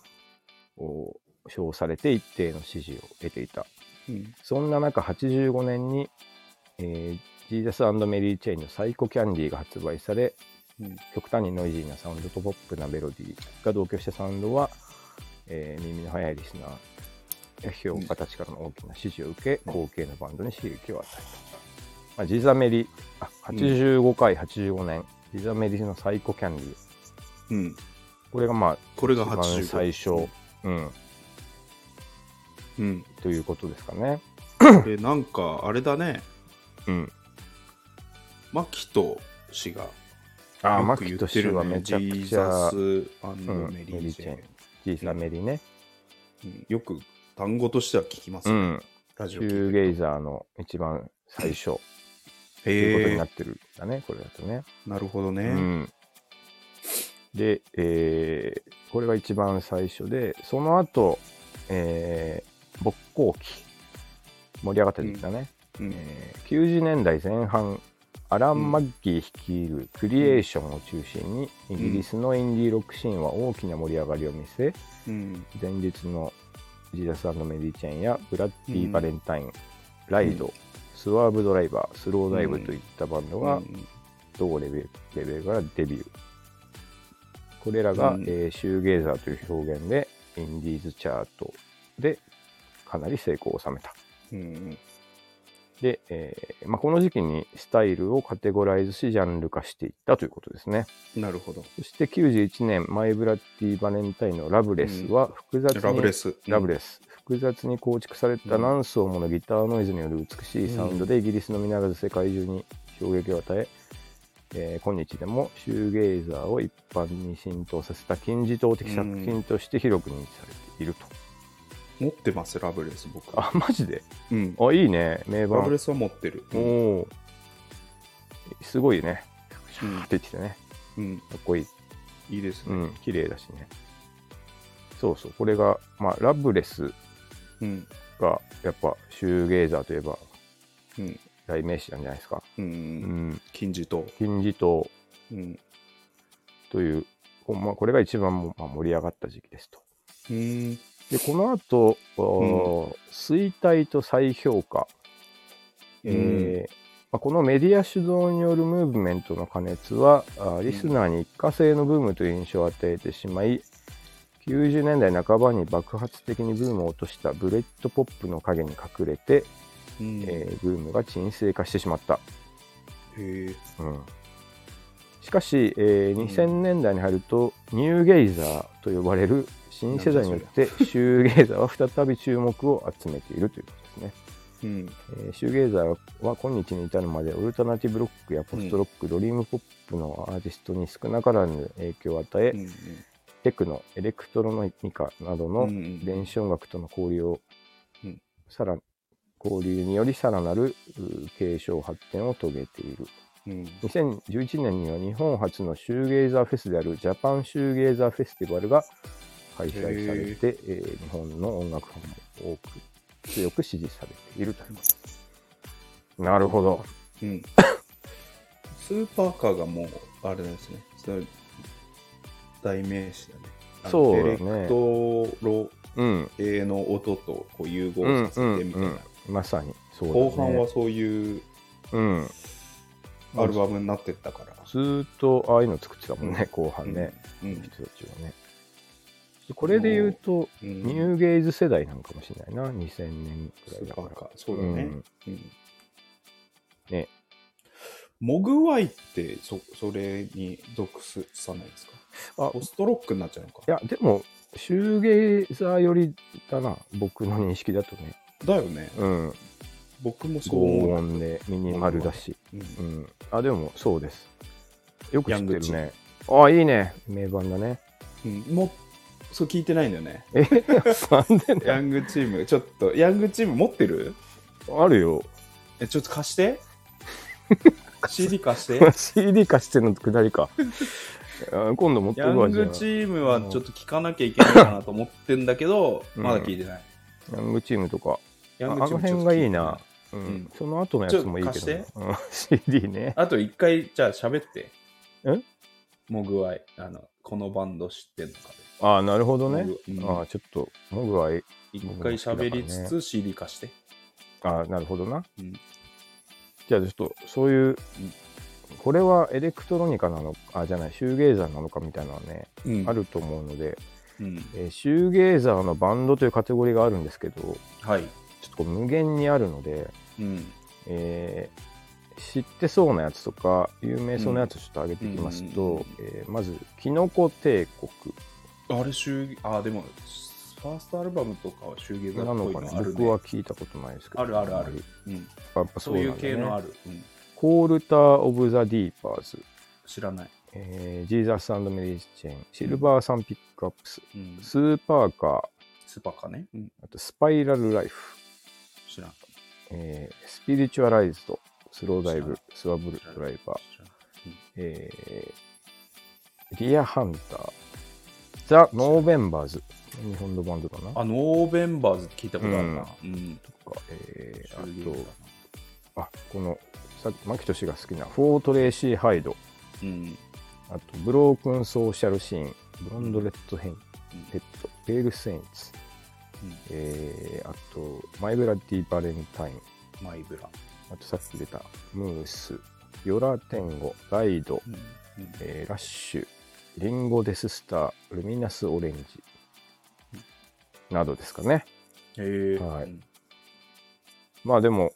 称されて一定の支持を得ていた、うん、そんな中はちじゅうごねんに、えー、ジーザス&メリー・チェインのサイコ・キャンディーが発売され、うん、極端にノイジーなサウンドとポップなメロディーが同居したサウンドはえー、耳の速いリスナー評価たちからの大きな支持を受け、後継のバンドに刺激を与えた。まあ、ジザメリ、あ、はちじゅうごかい、はちじゅうごねん、ジザメリのサイコキャンディー。 うん。 これがまあ、 これが一番はちじゅうご。 最初、うん、 うん。 ということですかね。 これなんか、あれだね。 うん。 マキト氏が、 ああ、 よマキト氏く言ってるね。 はめちゃくジーちゃ、 ザスうん、 メリーチェーン。 ジーザメリね。 うんよく単語としては聞きますね。 うん。 ラジシオ聞いてるとューゲイザーの一番最初ということになってるんだね、これだとね。 なるほどね。 うん。で、えー、これが一番最初で、その後、えー、勃興期、盛り上がった時期だね。 うんえー、きゅうじゅうねんだいぜん半、アラン・マッギー率いるクリエーションを中心に、イギリスのインディーロックシーンは大きな盛り上がりを見せ、 うん、 前日のジーザス&メリーチェーンやブラッディ・バレンタイン、うん、ライド、うん、スワーブドライバー、スローダイブといったバンドが同レベル、レベルからデビュー。これらが、うんえー、シューゲイザーという表現でインディーズチャートでかなり成功を収めた。うんで、えーまあ、この時期にスタイルをカテゴライズしジャンル化していったということですね。 なるほど。 そしてきゅうじゅういちねん、マイ・ブラッディ・バレンタインのラブレスは複雑に、うん、ラブレス、うん、ラブレス複雑に構築された何層ものギターノイズによる美しいサウンドでイギリスのみならず世界中に衝撃を与え、えー、今日でもシューゲイザーを一般に浸透させた金字塔的作品として広く認知されていると。 持ってます、ラブレス僕。 あ、マジで？ うん。 あ、いいね、名盤。 ラブレスは持ってる。 うん、おー。すごいね。シューってきてね。うん。かっこいい。 いいですね。 うん、綺麗だしね。そうそう、これが、まあ、ラブレスが、やっぱ、シューゲイザーといえば、うん、代名詞なんじゃないですか。 うん。うん、金字塔。 金字塔。うん。という、まあ、これが一番、まあ、盛り上がった時期ですと。うん。で、この後、うん、衰退と再評価。うんえーまあ、このメディア主導によるムーブメントの過熱は、あリスナーに一過性のブームという印象を与えてしまい、きゅうじゅうねんだいなかばに爆発的にブームを落としたブレッドポップの陰に隠れて、うんえー、ブームが沈静化してしまった。へうん、しかし、えー、にせんねんだいに入ると、ニューゲイザーと呼ばれる新世代によってシューゲイザーは再び注目を集めているということですね。うんえー、シューゲイザーは今日に至るまでオルタナティブロックやポストロック、うん、ドリームポップのアーティストに少なからぬ影響を与え、うんうん、テクノ、エレクトロニカなどの電子音楽との交流を、うん、さら交流によりさらなる継承発展を遂げている。うん、にせんじゅういちねんには日本初のシューゲイザーフェスであるジャパンシューゲイザーフェスティバルが開催されて、えー、日本の音楽ファンも多く強く支持されているということです。なるほど。うん、 スーパーカーがもうあれですね。それ代名詞だね。 そうだね。 エレクトロ系の音とこう融合させてみたいな。うんうんうん、まさにそうだね。 後半はそういう、うん、アルバムになってったから。 ずーっとああいうの作ってたもんね、うん、後半ね、うんうん、人たちはね。これで言うと、うん、ニューゲイズ世代なんかもしれないな、にせんねんくらいだから。かそうだね。うんうん、 ね。 モグワイってそ、それに属さないですか？あ、ポストロックになっちゃうのか。 いや、でも、シューゲイザー寄りだな、僕の認識だとね。 だよね。 うん。 僕もそう思う。 高音でミニマルだし。うん。うん、あ、でも、そうです。よく知ってるね。あ、いいね。名盤だね。 うん。もそう聞いてないんだよね。 えなんでね。 ヤングチーム、ちょっと、ヤングチーム持ってる？ あるよ。 え、ちょっと貸して。シーディー 貸して。 シーディー 貸してのくだりか。今度持ってくわ。 ヤングチームはちょっと聞かなきゃいけないかなと思ってんだけど、うん、まだ聞いてない。 ヤングチームとか。ヤングチームあの辺がいいな。うん。うん、その後のやつもいいけど。貸して。うん、シーディー ね。 あと一回、じゃあ喋って。 えモグワイ、あの、このバンド知ってんのかで。 ああ、なるほどね。うん、ああ、ちょっと、モグワイ。 一回喋りつつ シーディー 貸して。 ああ、なるほどな。うん、じゃあちょっと、そういう、うん、これはエレクトロニカなのか、あ、じゃない、シューゲイザーなのかみたいなのはね、うん、あると思うので、 うんえーシューゲーザーのバンドというカテゴリーがあるんですけど、 はい。 ちょっとこう無限にあるので、 うん。 えー知ってそうなやつとか有名そうなやつをちょっと上げていきますと、 うんえーまずキノコ帝国あれ、シュー、あ、でも、ファーストアルバムとかはシューゲーザーっぽいなのかな、 のあるね。 僕は聞いたことないですけど、 あるあるある。うん。 やっぱそそうういうなんだね系のある。うん。 コールター・オブ・ザ・ディーパーズ、 知らない。 えージーザス・メリー・チェーン、シルバー・サン・ピックアップス、 うん。 スーパーカー、 スパかね。うん。 あとスパイラル・ライフ、 知らん。 えースピリチュアライズド、スローダイブ、スワブル知らんドライバー、 知らんうんえー、ディアハンター、ザ・ノーベンバーズ、日本のバンドだな。 あ、ノーベンバーズ聞いたことあるな。うん。 とか、えシューゲー、 ーザーあと、あ、この、さっき、マキトシが好きな、フォートレーシー・ハイド、 うん。 あと、ブロークン・ソーシャル・シーン、ブロンド・レッド・ヘン、 うんヘッド、ペール・セインツ、 うんえー、あと、マイ・ブラッディ・バレンタイン、 マイブラ。 あとさっき出た、ムース、ヨラテンゴ、ライド、 うん。うんえーラッシュ、リンゴ・デススター、ルミナス・オレンジ、などですかね。 へえ。 はいうんまあでも、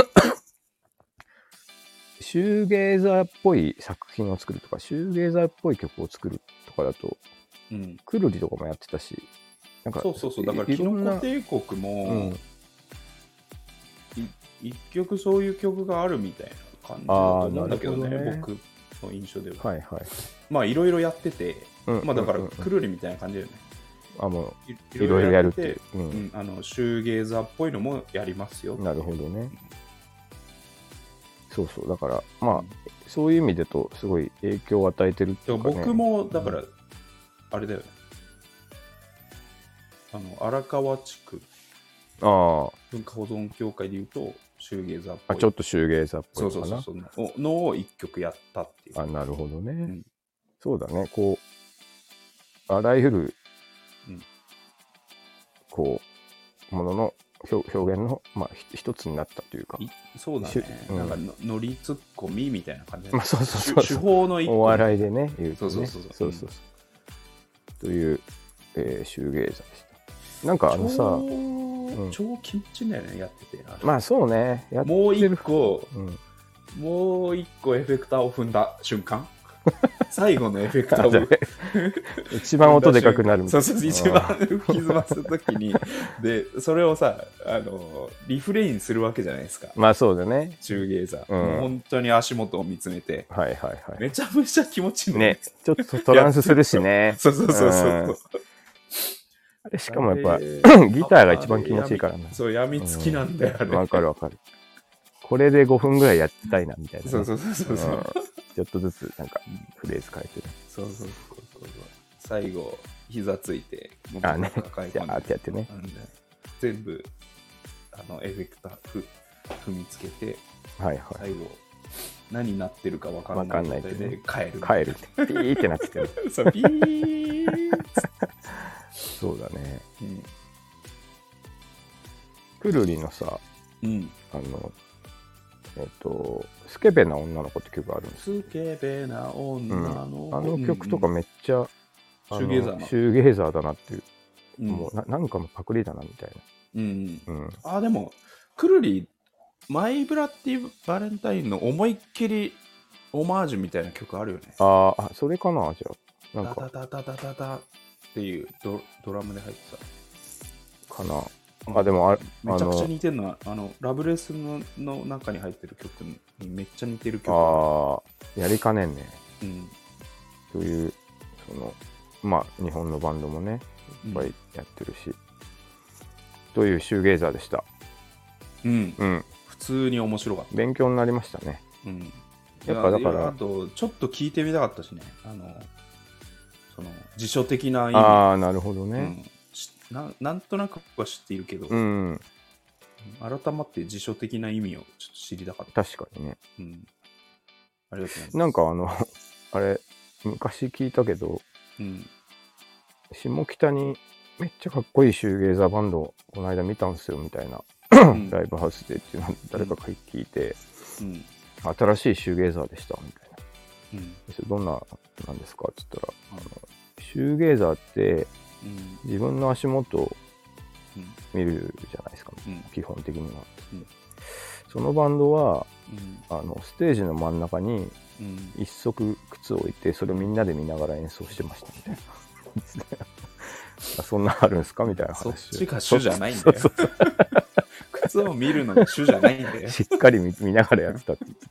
シューゲーザーっぽい作品を作るとか、シューゲーザーっぽい曲を作るとかだと、 うん。 くるりとかもやってたし、なんか、 そうそうそう。だから、キいろんなノコ帝国うもん、 い一曲そういう曲があるみたいな感じだと思うんだけどね、 あーなるほどね僕の印象では。 はいはい。 まあ、いろいろやってて、 うんまあ、だから、 うんうんうんくるりみたいな感じだよね。 あ、もいう、いろいろやるっていう。ううんん、あのシューゲーザーっぽいのもやりますよ。 なるほどね。そうそう。だから、まあ、そういう意味でと、すごい影響を与えてるっていうか、ね。 僕もだから、あれだよね、あの荒川地区あー文化保存協会でいうとシューゲーザーっぽあ、 い、 ちょっとシューゲーザーっぽそいうのかな。 そうそうそうののを一曲やったっていう。 あ、なるほどね。 んそうだね。こう、あらゆる、 うんこう、ものの表表現の、まあ、ひ一つになったというか。 いそうだしゅね、 うんなんかのノリツッコミみたいな感じで、 まあそうそうそう手手法の一個お笑いでね、言うとね。 そうそうそうそうそうそうという、えーシューゲーザーでした。なんかあのさ、 超,、 ん超気持ちいいんだよね、やってて。あれまあそうね、やってる。 もう一個うん、 もう一個エフェクターを踏んだ瞬間最後のエフェクターをあじゃあ一番音でかくなるみたいな。 そうそう、一番吹きずますときに、で、それをさ、あの、リフレインするわけじゃないですか。 まあそうだね。 シューゲーザー。 うんもう本当に足元を見つめて、 はいはいはい。 めちゃめちゃ気持ちいいのね、ちょっとトランスするしね。 そうそうそうそう。 うんあれしかもやっぱ、 あれギターが一番気持ちいいからな。 そう、病みつきなんだよ、あれ。 わかるわかる。これでごふんぐらいやってたいな、みたいなね。 そうそうそうそうそう。 うんちょっとずつ、なんか、フレーズ変えてね。 そうそうそうそう。最後、膝ついて、もうあね抱え込んでジャーってやってねなんで全部、あの、エフェクターふ踏みつけて、 はいはい。 最後、何になってるか分かんわかんな状態ないいってねで帰る。 帰るって。ピーってなっててね。 そう、ピーッそうだね。 うん。 くるりのさ、 うん。 あの、えっと、スケベな女の子って曲があるんですよ。 スケベな女の、 あの曲とかめっちゃ、あのシューゲーザーなシューゲーザーだなっていう、 うん、 もうななんかのパクリだなみたいうん。 な。うん。 あ、でも、くるり、マイブラッディバレンタインの思いっきりオマージュみたいな曲あるよね。 あーあ、それかなじゃあ。なんか、 ダダダダダダダっていうドドラムで入ってた。 かな。あ、でもあ、 めちゃくちゃあの、 似てるのは、あの、ラブレスのの中に入ってる曲にめっちゃ似てる曲。 ああ、やりかねんね。 うん。 という、その、まあ、日本のバンドもね、いっぱいやってるし、というシューゲーザーでした。 うん。 うん。 普通に面白かった。 勉強になりましたね。 うん。 やっぱだからいやあと、ちょっと聞いてみたかったしね。あの、その、辞書的な意味。 ああ、なるほどね。 うんしな。なんとなくは知っているけど、 うん、 改まって辞書的な意味をちょっと知りたかった。 確かにね。 うん。ありがとうございます。 なんかあの、あれ、昔聞いたけど、 うん。 下北にめっちゃかっこいいシューゲーザーバンドをこの間見たんですよみたいな、 うんライブハウスでっていうのを誰かが聞いて、 うん。 新しいシューゲーザーでしたみたいな。 うん。 それどんななんですかって言ったら、あのシューゲーザーってうん自分の足元をうん見るじゃないですか、 うん基本的には、 うん、 そのバンドはうんあのステージの真ん中にうん一足靴を置いてそれをみんなで見ながら演奏してましたみたいなあそんなあるんすかみたいな話。 そっちが主じゃないんだよ。 そうそうそう靴を見るのが主じゃないんだよ。 しっかり 見, 見ながらやってたって言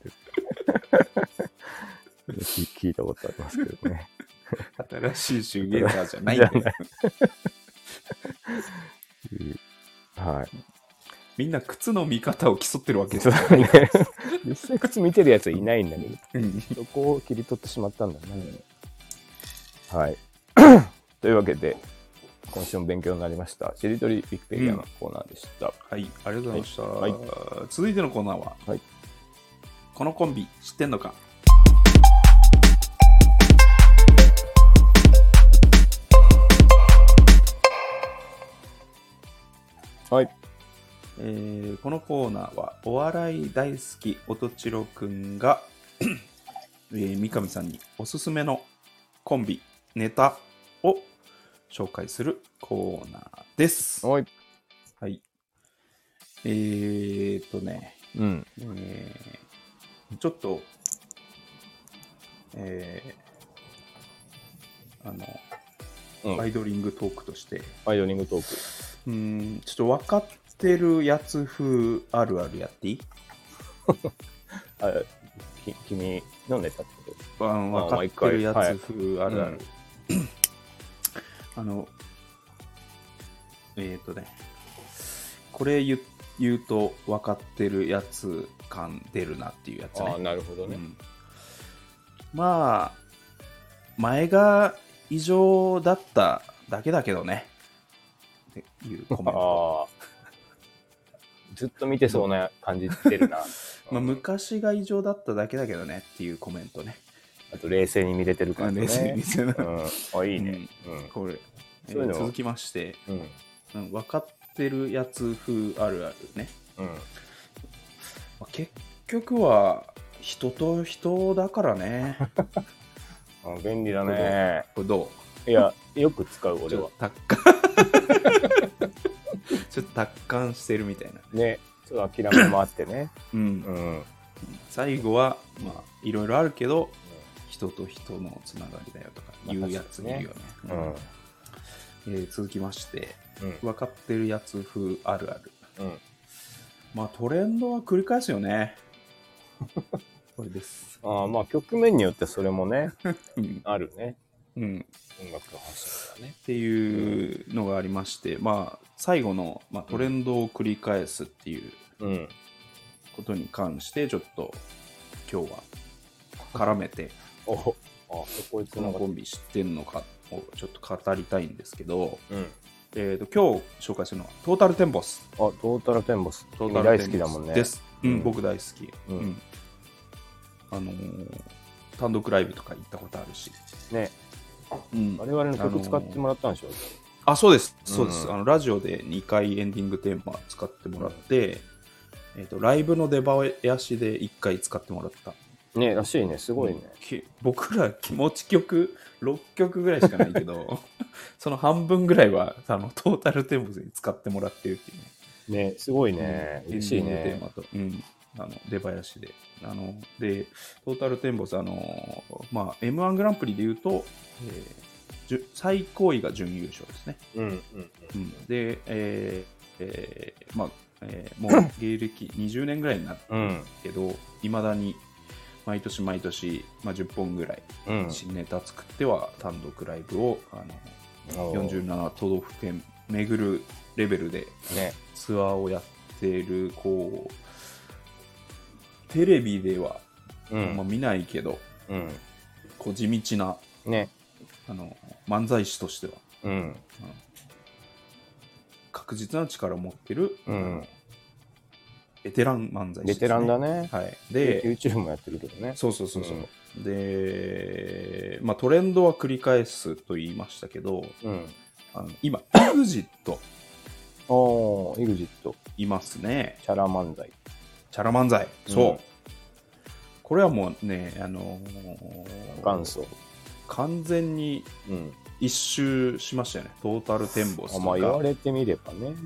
ってて聞いたことありますけどね。 新しいシューゲーザーじゃないんだよ。 はい。 みんな靴の見方を競ってるわけですそようね。実際靴見てるやつはいないんだけど、 うんそこを切り取ってしまったんだね。はい。というわけで、今週も勉強になりました。しりとりウィキペディアのコーナーでした。 はい、ありがとうございました。 はい続いてのコーナーは、 はいこのコンビ知ってんのか。 はい。 えーこのコーナーはお笑い大好き音千代くんが、えー三上さんにおすすめのコンビネタを紹介するコーナーです。 はい。 はい。えーっとね、 うん。 えーちょっと、えーあの、 うんアイドリングトークとして、 アイドリングトーク。 うーん、ちょっと分かってるやつ風あるあるやっていい？ あき君のネタってこあの分かってるやつ風あるある。 はいあの、えっ、ー、とね、これ言う、言うと分かってるやつ感出るなっていうやつと？ ね。 ああ、なるほどね。 うん、まあ、前が異常だっただけだけどね。っていうコメント。 ああ。ずっと見てそうな感じ出るな。 まあ、昔が異常だっただけだけどねっていうコメントね。 あと冷静に見れてる感じね。 冷静に見せなうん。あ、いいね。うん。 これ、えーそういうのは続きまして、 うん。 うん、分かってるやつ風あるあるね。 うん。 まあ、結局は人と人だからね。 あ、便利だね。 これどいや、よく使うう？ 俺は。 達観ちょっと達観してるみたいな。 ね。ちょっと諦めもあってね。 うんうん。 最後は、まあ、いろいろあるけど、人と人のつながりだよとか言うやついるよね。 うん。 えー続きまして、 うん。 分かってるやつ風あるある。 うん。 まあトレンドは繰り返すよね。これです。 ああ、まあ局面によってそれもね、 うんあるね。 うん、 音楽の発信だね。 っていうのがありまして、まあ最後の、まあ、トレンドを繰り返すっていううん。 ことに関してちょっと今日は絡めてお、あ、そこにつこのながっコンビ知ってんのかをちょっと語りたいんですけど、 うん。 えー、と今日紹介するのはトータルテンボス。 あ、トータルテンボス。 トー君大タルテンボス好きだもんね。 です。うん、 うん僕大好き。 うんうんあのー単独ライブとか行ったことあるし。 ね。 うん我々の曲使ってもらったんでしょ、 あ、そうです。そうです。 うんあのラジオでにかいエンディングテーマ使ってもらって、えー、とライブの出囃子でいっかい使ってもらった。 ね、らしいね。すごいね。 き僕ら気持ち曲ろっきょくぐらいしかないけどその半分ぐらいはあのトータルテンボスに使ってもらってるっていうね。 ね、すごいね。 うん嬉しいエンディングテーね。 マと、うん、あの出囃子であのでトータルテンボスあの、まあ、エムワン グランプリでいうと、えーじゅ最高位が準優勝ですね。 うん、うん、 うん、で、えーえーまあえーもう芸歴にじゅうねんぐらいになってるうん。 けどいまだに毎年毎年、まあ、じゅっぽんぐらいうん。 新ネタ作っては単独ライブをあのうん。 よんじゅうなな都道府県巡るレベルでね。 ツアーをやってるこうテレビではうあんまん。 見ないけど、 うん。 こう地道なね。 あの漫才師としては、 うん。 うん確実な力を持ってる、 うん。 ベテラン漫才師です、ね、 ベテランだね。 はい、 で、 で YouTube もやってるけどね。 そうそうそうそう、で、まあ、トレンドは繰り返すと言いましたけど、 うん。 あの今 エグジットおー、エグジット。 いますね。 チャラ漫才。 チャラ漫才。そう。 うんこれはもうね、あのー元祖。 完全にうん。 一周しましたよね、トータルテンボスが。 あ、まあ言われてみればね。 うん、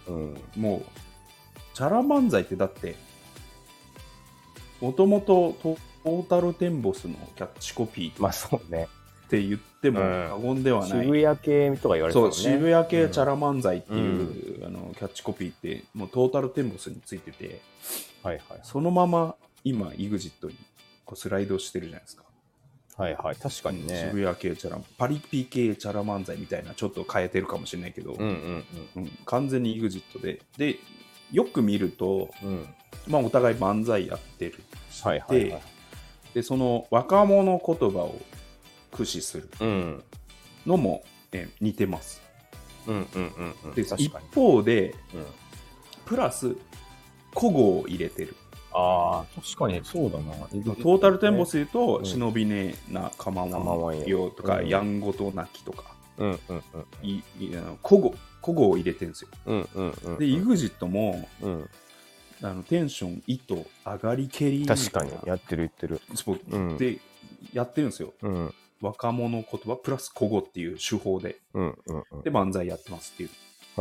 うん。 もうチャラ漫才ってだってもともとトータルテンボスのキャッチコピーまあそうね。 って言っても過言ではない、 渋谷系とか言われてたそうもんね。 渋谷系チャラ漫才っていう、うん、あのキャッチコピーってもうトータルテンボスについてて、 はいはい、 そのまま今 イグジット にこうスライドしてるじゃないですか。 はいはい、確かにね。 渋谷系チャラパリピ系チャラ漫才みたいなちょっと変えてるかもしれないけど、 うんうんうんうん、 完全に イグジット ででよく見ると、うん、まあ、お互い漫才やってるし、はいはいはい、でその若者言葉を駆使するのも、うん、え似てます。うんうんうんうん、で一方で、うん、プラス古語を入れてる。 ああ、確かにそうだな。 トータルテンボス言うと、うん、忍びねえなかまわんよとか、うん、やんごとなきとか、うんうんうん、いい古語古語を入れてるんですよ。うんうんうんうん、で イグジット も、うん、あのテンション糸上がりけり確かにやってる言ってる、 うん、でやってるんですよ、うん、若者言葉プラス古語っていう手法で、うんうんうん、で漫才やってますっていう。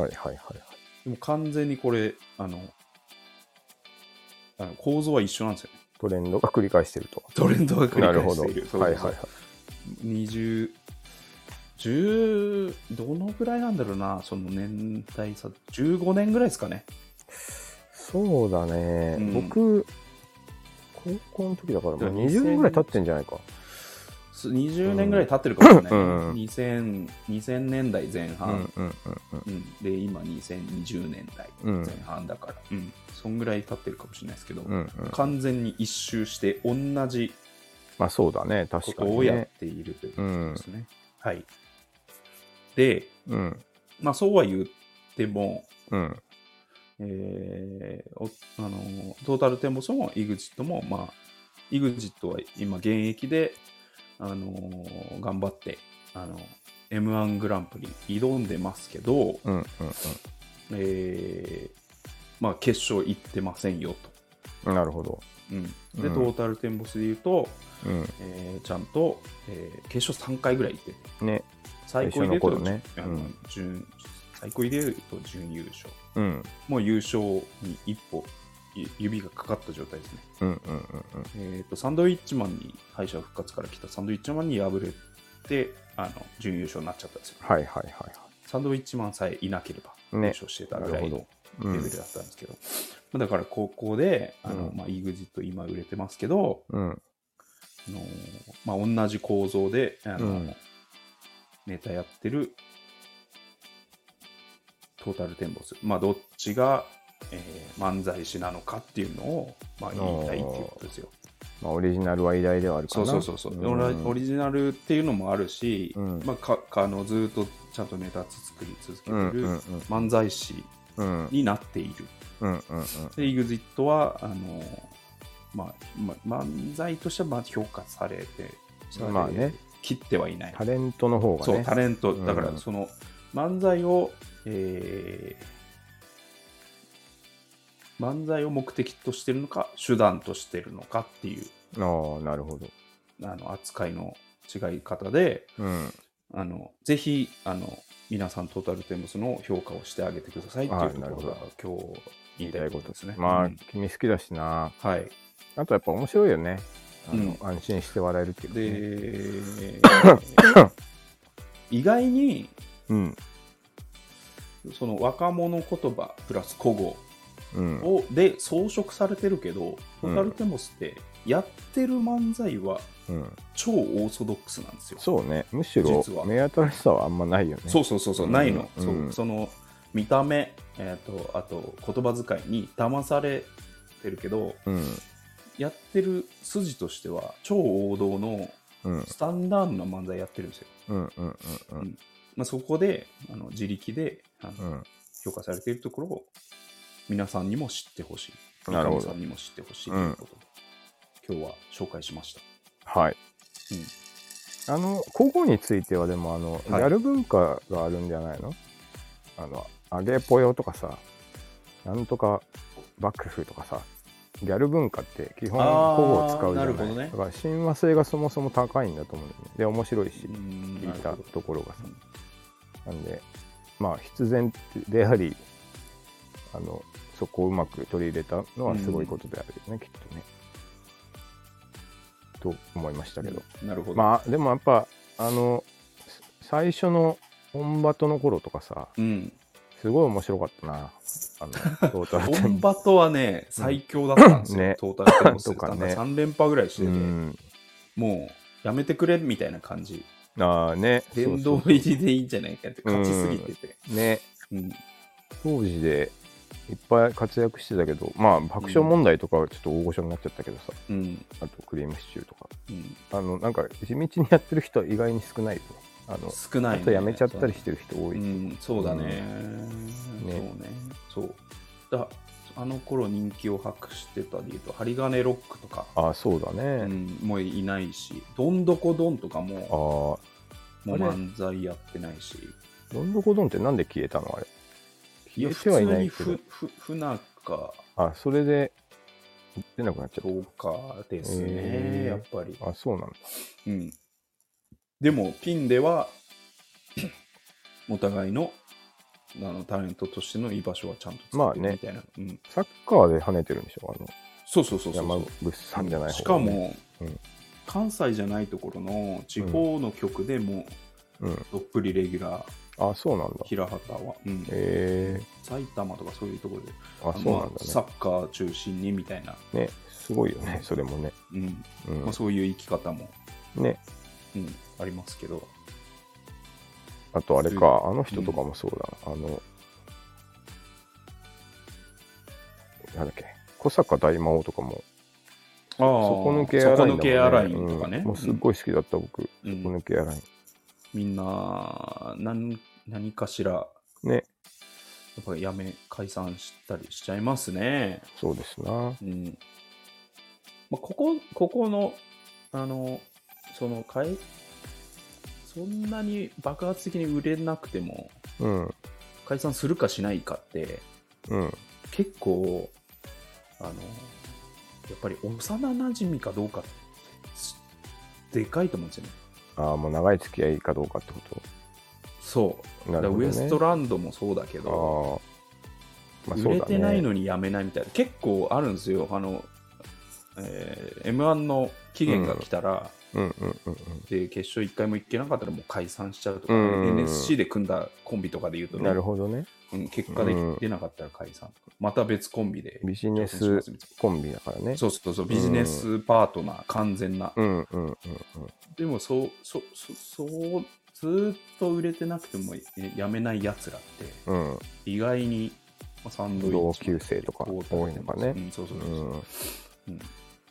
はいはいはいはい。でも完全にこれあのあの構造は一緒なんですよね。 トレンドが繰り返してると。 トレンドが繰り返している。 はいはいはい。 にじゅう、じゅう、どのぐらいなんだろうな、その年代差、じゅうごねんぐらいですかね。 そうだね。うん、僕、高校の時だからもうにじゅうねんぐらい経ってんじゃないか。 にじゅうねんぐらい経ってるかもしれない、ね。うん、にせん, にせんねんだいぜん半、うんうんうんうん、で今にせんにじゅうねんだいぜん半だから、うんうん、そんぐらい経ってるかもしれないですけど、うんうん、完全に一周して同じまあそうだね、確かに、ね、 ことをやっているということですね。うん、はい。で、うん、まあそうは言っても、うんえー、おあのトータルテンボスも イグジット も、まあ イグジット は今現役であのー、頑張ってあの エムワン グランプリ挑んでますけど、うんうんうんえーまあ、決勝行ってませんよと。なるほど。 うん、で、うん、トータルテンボスで言うと、うんえー、ちゃんと、えー、決勝さんかいぐらい行ってて、ね、最高位で言うと、ねうん、準最高位で言うと準優勝、うん、もう優勝に一歩指がかかった状態ですね。うんうんうんうんえー、とサンドウィッチマンに敗者復活から来たサンドウィッチマンに敗れてあの準優勝になっちゃったんですよ。 はいはいはい、はい、 サンドウィッチマンさえいなければ優勝してたぐらいのレベルだったんですけど、ねうん、だから高校であの、うんまあ、イグジット 今売れてますけど、うんあのまあ、同じ構造であの、うん、ネタやってるトータルテンボス、まあどっちがえー、漫才師なのかっていうのを、まあ、言いたいっていうことですよ。 まあ、オリジナルは偉大ではあるかな。 そうそうそうそう、うん、オリジナルっていうのもあるし、うんまあ、かかあのずっとちゃんとネタ作り続けてる漫才師になっている。で イグジット はあの、まあまあ、漫才としてはまあ評価されて、まあね、切ってはいない。 タレントの方がね。 そうタレントだからその漫才を、えー漫才を目的としてるのか手段としてるのかっていうああなるほどあの扱いの違い方で、うん、あのぜひあの皆さんトータルテンボスの評価をしてあげてくださいっていうところが今日言いたいことですね。 まあ、 うん、 君好きだしな。 はい。 あとやっぱ面白いよね。あの、うん、安心して笑えるっていうか、ね、で意外に、うん、その若者言葉プラス古語うん、をで装飾されてるけど、トータルテンボスってやってる漫才は超オーソドックスなんですよ。 そうね、むしろ目新しさはあんまないよね。 そうそうそうそう、うん、ないの、うん、そうその見た目、えー、とあと言葉遣いに騙されてるけど、うん、やってる筋としては超王道のスタンダードな漫才やってるんですよ。そこであの自力であの、うん、評価されているところを皆さんにも知ってほしい。なるほど。皆さんにも知ってほしいということで、うん、今日は紹介しました。 はい。うん、あの古語についてはでもあの、はい、ギャル文化があるんじゃないの？あの揚げぽよとかさ、なんとか幕府とかさ、 ギャル文化って基本あー古語を使うじゃない。 なるほどねだから親和性がそもそも高いんだと思うんだよね。で面白いし、 うん聞いたなるほどところがさ。なんでまあ必然であり、あのそこをうまく取り入れたのはすごいことであるよね、きっとね。と思いましたけど。 なるほど。 まあでもやっぱあの最初のオンバトの頃とかさ、 うん。 すごい面白かったな。あのトータルテンオンバトはね、最強だったんですよ。 ねトータルテンボスとかねなんかさん連覇ぐらいしてて、 うんもうやめてくれみたいな感じ。 ああね、 殿堂入りでいいんじゃないかって勝ちすぎてて。 ね、 うん。 当時でいっぱい活躍してたけど、まあ爆笑問題とかはちょっと大御所になっちゃったけどさ、 うん。 あとクリームシチューとか、 うん。 あのなんか地道にやってる人は意外に少ないよね。あの少ない、ね。 あとやめちゃったりしてる人多い。 うん、そうだね。 ねそうね。そう。だあの頃人気を博してたで言うと、針金ロックとか、 ああそうだうね。 ん、もういないし、どんどこどんとかあも、 あもうあれ漫才やってないし、 どんどこどんってなんで消えたのあれ。 いや、 消えてはいな普通にいけどふ、ふ、不仲あそれで出なくなっちゃっとかですね、 へーやっぱり。 た。あそうなんだ。 うん。でも、ピンでは、お互いのあのタレントとしての居場所はちゃんと作ってるみたいな。うん、 サッカーで跳ねてるんでしょ、あのそうそうそうそう山そう。 口さんじゃない方しかも、 うん関西じゃないところの地方の局でもうん。 どっぷりレギュラー、 あそうなんだ。 平畑は、うんへえ埼玉とかそういうところで、 あそうなんだまあ、サッカー中心にみたいな、 ね。ね、すごいよね、それもね。 うんうんまあ、そういう生き方も、 ね。 うん、ありますけど、 あとあれか、あの人とかもそうだな。あの、なんだっけ、小坂大魔王とかも、 ああ底抜けアラインだもんね。 底抜けアラインとかね、 うんもうすっごい好きだった、僕。 うん底抜けアライみんな何何かしらン。ね、 やっぱやめ解散したりしちゃいますね。 そうですな。 うんまあ、ここここのあのそのかえそんなに爆発的に売れなくてもうん。 解散するかしないかってうん。 結構あのやっぱり幼なじみかどうかってでかいと思うんですよね。 ああ、もう長い付き合いかどうかってこそうと。なるほど、ね。 だからウエストランドもそうだけど、 ああ、まあそうだね。 売れてないのにやめないみたいな結構あるんですよ。あの、えー、エムワン の期限が来たら、 うんうんうんうん。 で決勝いっかいも行けなかったらもう解散しちゃうとか、 うんエヌエスシー で組んだコンビとかで言うとね、 なるほどね。 うん、結果で出なかったら解散とか、また別コンビでビジネ挑戦しまスすみたいコンビだからね。 なそうそうそう、ビジネスパートナー、完全な。 うんうんうんうん。 でもそうそそそうずーっと売れてなくてもえやめないやつらってうん。 意外に、まあ、サンドイッチ同級生とかトータル多いのかねテンボスうん、そうそうそうそう、 うん。あうんうん、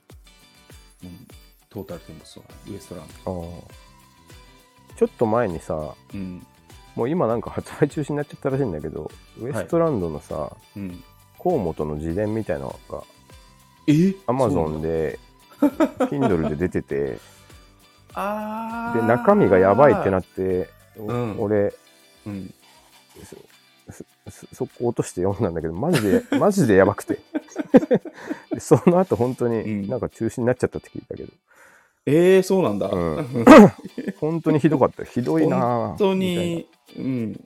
トータルテンボスはウエストランド、 あ。ちょっと前にさ、 うんもう今なんか発売中止になっちゃったらしいんだけど、ウエストランドのさ、 うん、 河本の自伝みたいなのがえ Amazon で Kindle で出てて、 あで中身がやばいってなって、 うん俺うんそそそこ落として読んだんだけど、マジでマジでやばくてでその後本当うんになんか中止になっちゃったって聞いたけど、 えー、そうなんだ、 うん本当にひどかった。ひどいなぁ本当みたいな。 に、うん、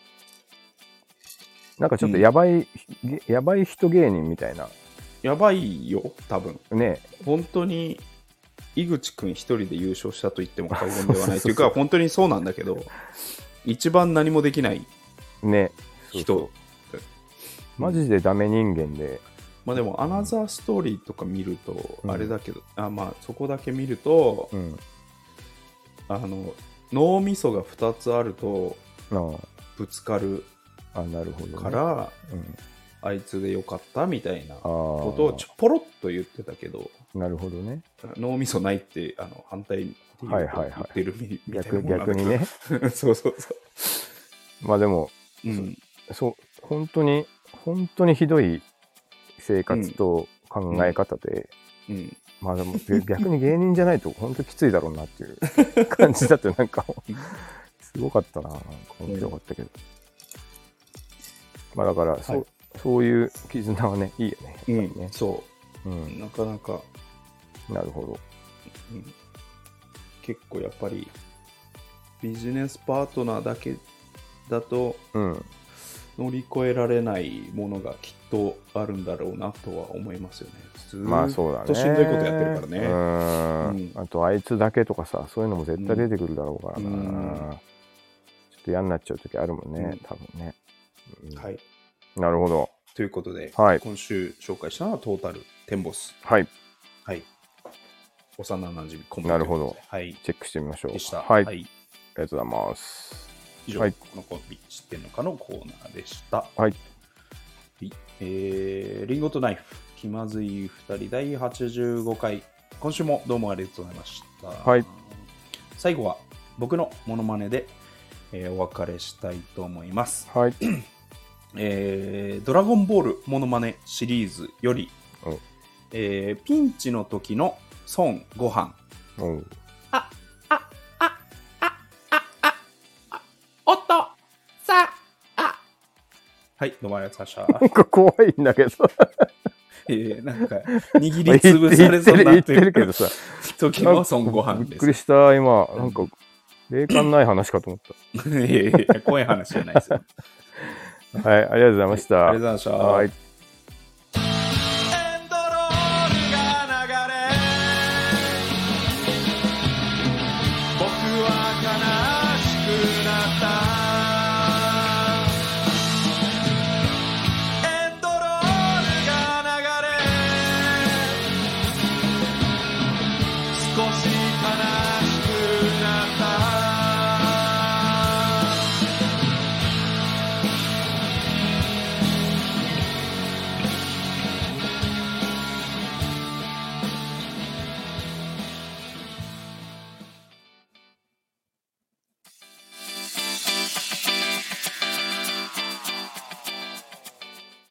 なんかちょっとやばい、げやばい人芸人みたいなやばいよ多分ね。 本当に井口くん一人で優勝したと言っても過言ではないというか本当にそうなんだけど一番何もできないね。 人そうそうマジでダメ人間で。 まあでもアナザーストーリーとか見るとうんあれだけど、あまあそこだけ見ると、 うん。 あの脳みそがふたつあるとあぶつかるあ、なるほど、ね。 から、 うん、 あいつでよかったみたいなあことをちょポロッと言ってたけど、 あ、なるほどね。 脳みそないってあの反対っていうはいはいはい言ってるみみたいな逆もんなんだけど逆にね。 そうそうそまあでも、 う、うん、 そう、本当に、本当にひどい生活と考え方で、 うん、 まあでもげ逆に芸人じゃないと本当きついだろうなっていう感じだってなんかすごかったな。なんか面白かったけど。まあだからそ、 はい、 そういう絆はね、いいよね。 うやっぱりねん、そうう、 うん、 なかなか、 なるほど。 うん、結構やっぱりビジネスパートナーだけだとうん。 乗り越えられないものがきっとあるんだろうなとは思いますよね。ずまあそうだね。 ーっとしんどいことやってるからね。 うん。 うんあと、あいつだけとかさ、そういうのも絶対出てくるだろうからな。 うんちょっと嫌になっちゃう時あるもんね、 うん多分ね。うん、 はい。 なるほど。 ということで、 はい今週紹介したのはトータルテンボス。 はい。 はい。幼馴染コンビなるほど。 はい。 チェックしてみましょう。 でした。 はい。 はい。 ありがとうございます。 以上、 はいこのコンビ知ってんのかのコーナーでした。 はい。 はいえー、リンゴとナイフ、気まずいふたりだいはちじゅうごかい。今週もどうもありがとうございました。 はい。 最後は僕のモノマネで、えー、お別れしたいと思います。 はい。 えー、ドラゴンボールモノマネシリーズより、 うんえー、ピンチの時の孫悟飯。 うん。 あ、あ、あ、あ、あ、あ、あ、おっと、さ、あ。はい、どうもありがとうございました。 なんか怖いんだけど。 えー、なんか、握りつぶされそうになって言ってるけどさ。 時の孫悟飯です。 びっくりした、今。なんか、霊感ない話かと思っいやいやいや、怖い話じゃないですよ。 た。はい、ありがとうございました。 ありがとうございました。 はい。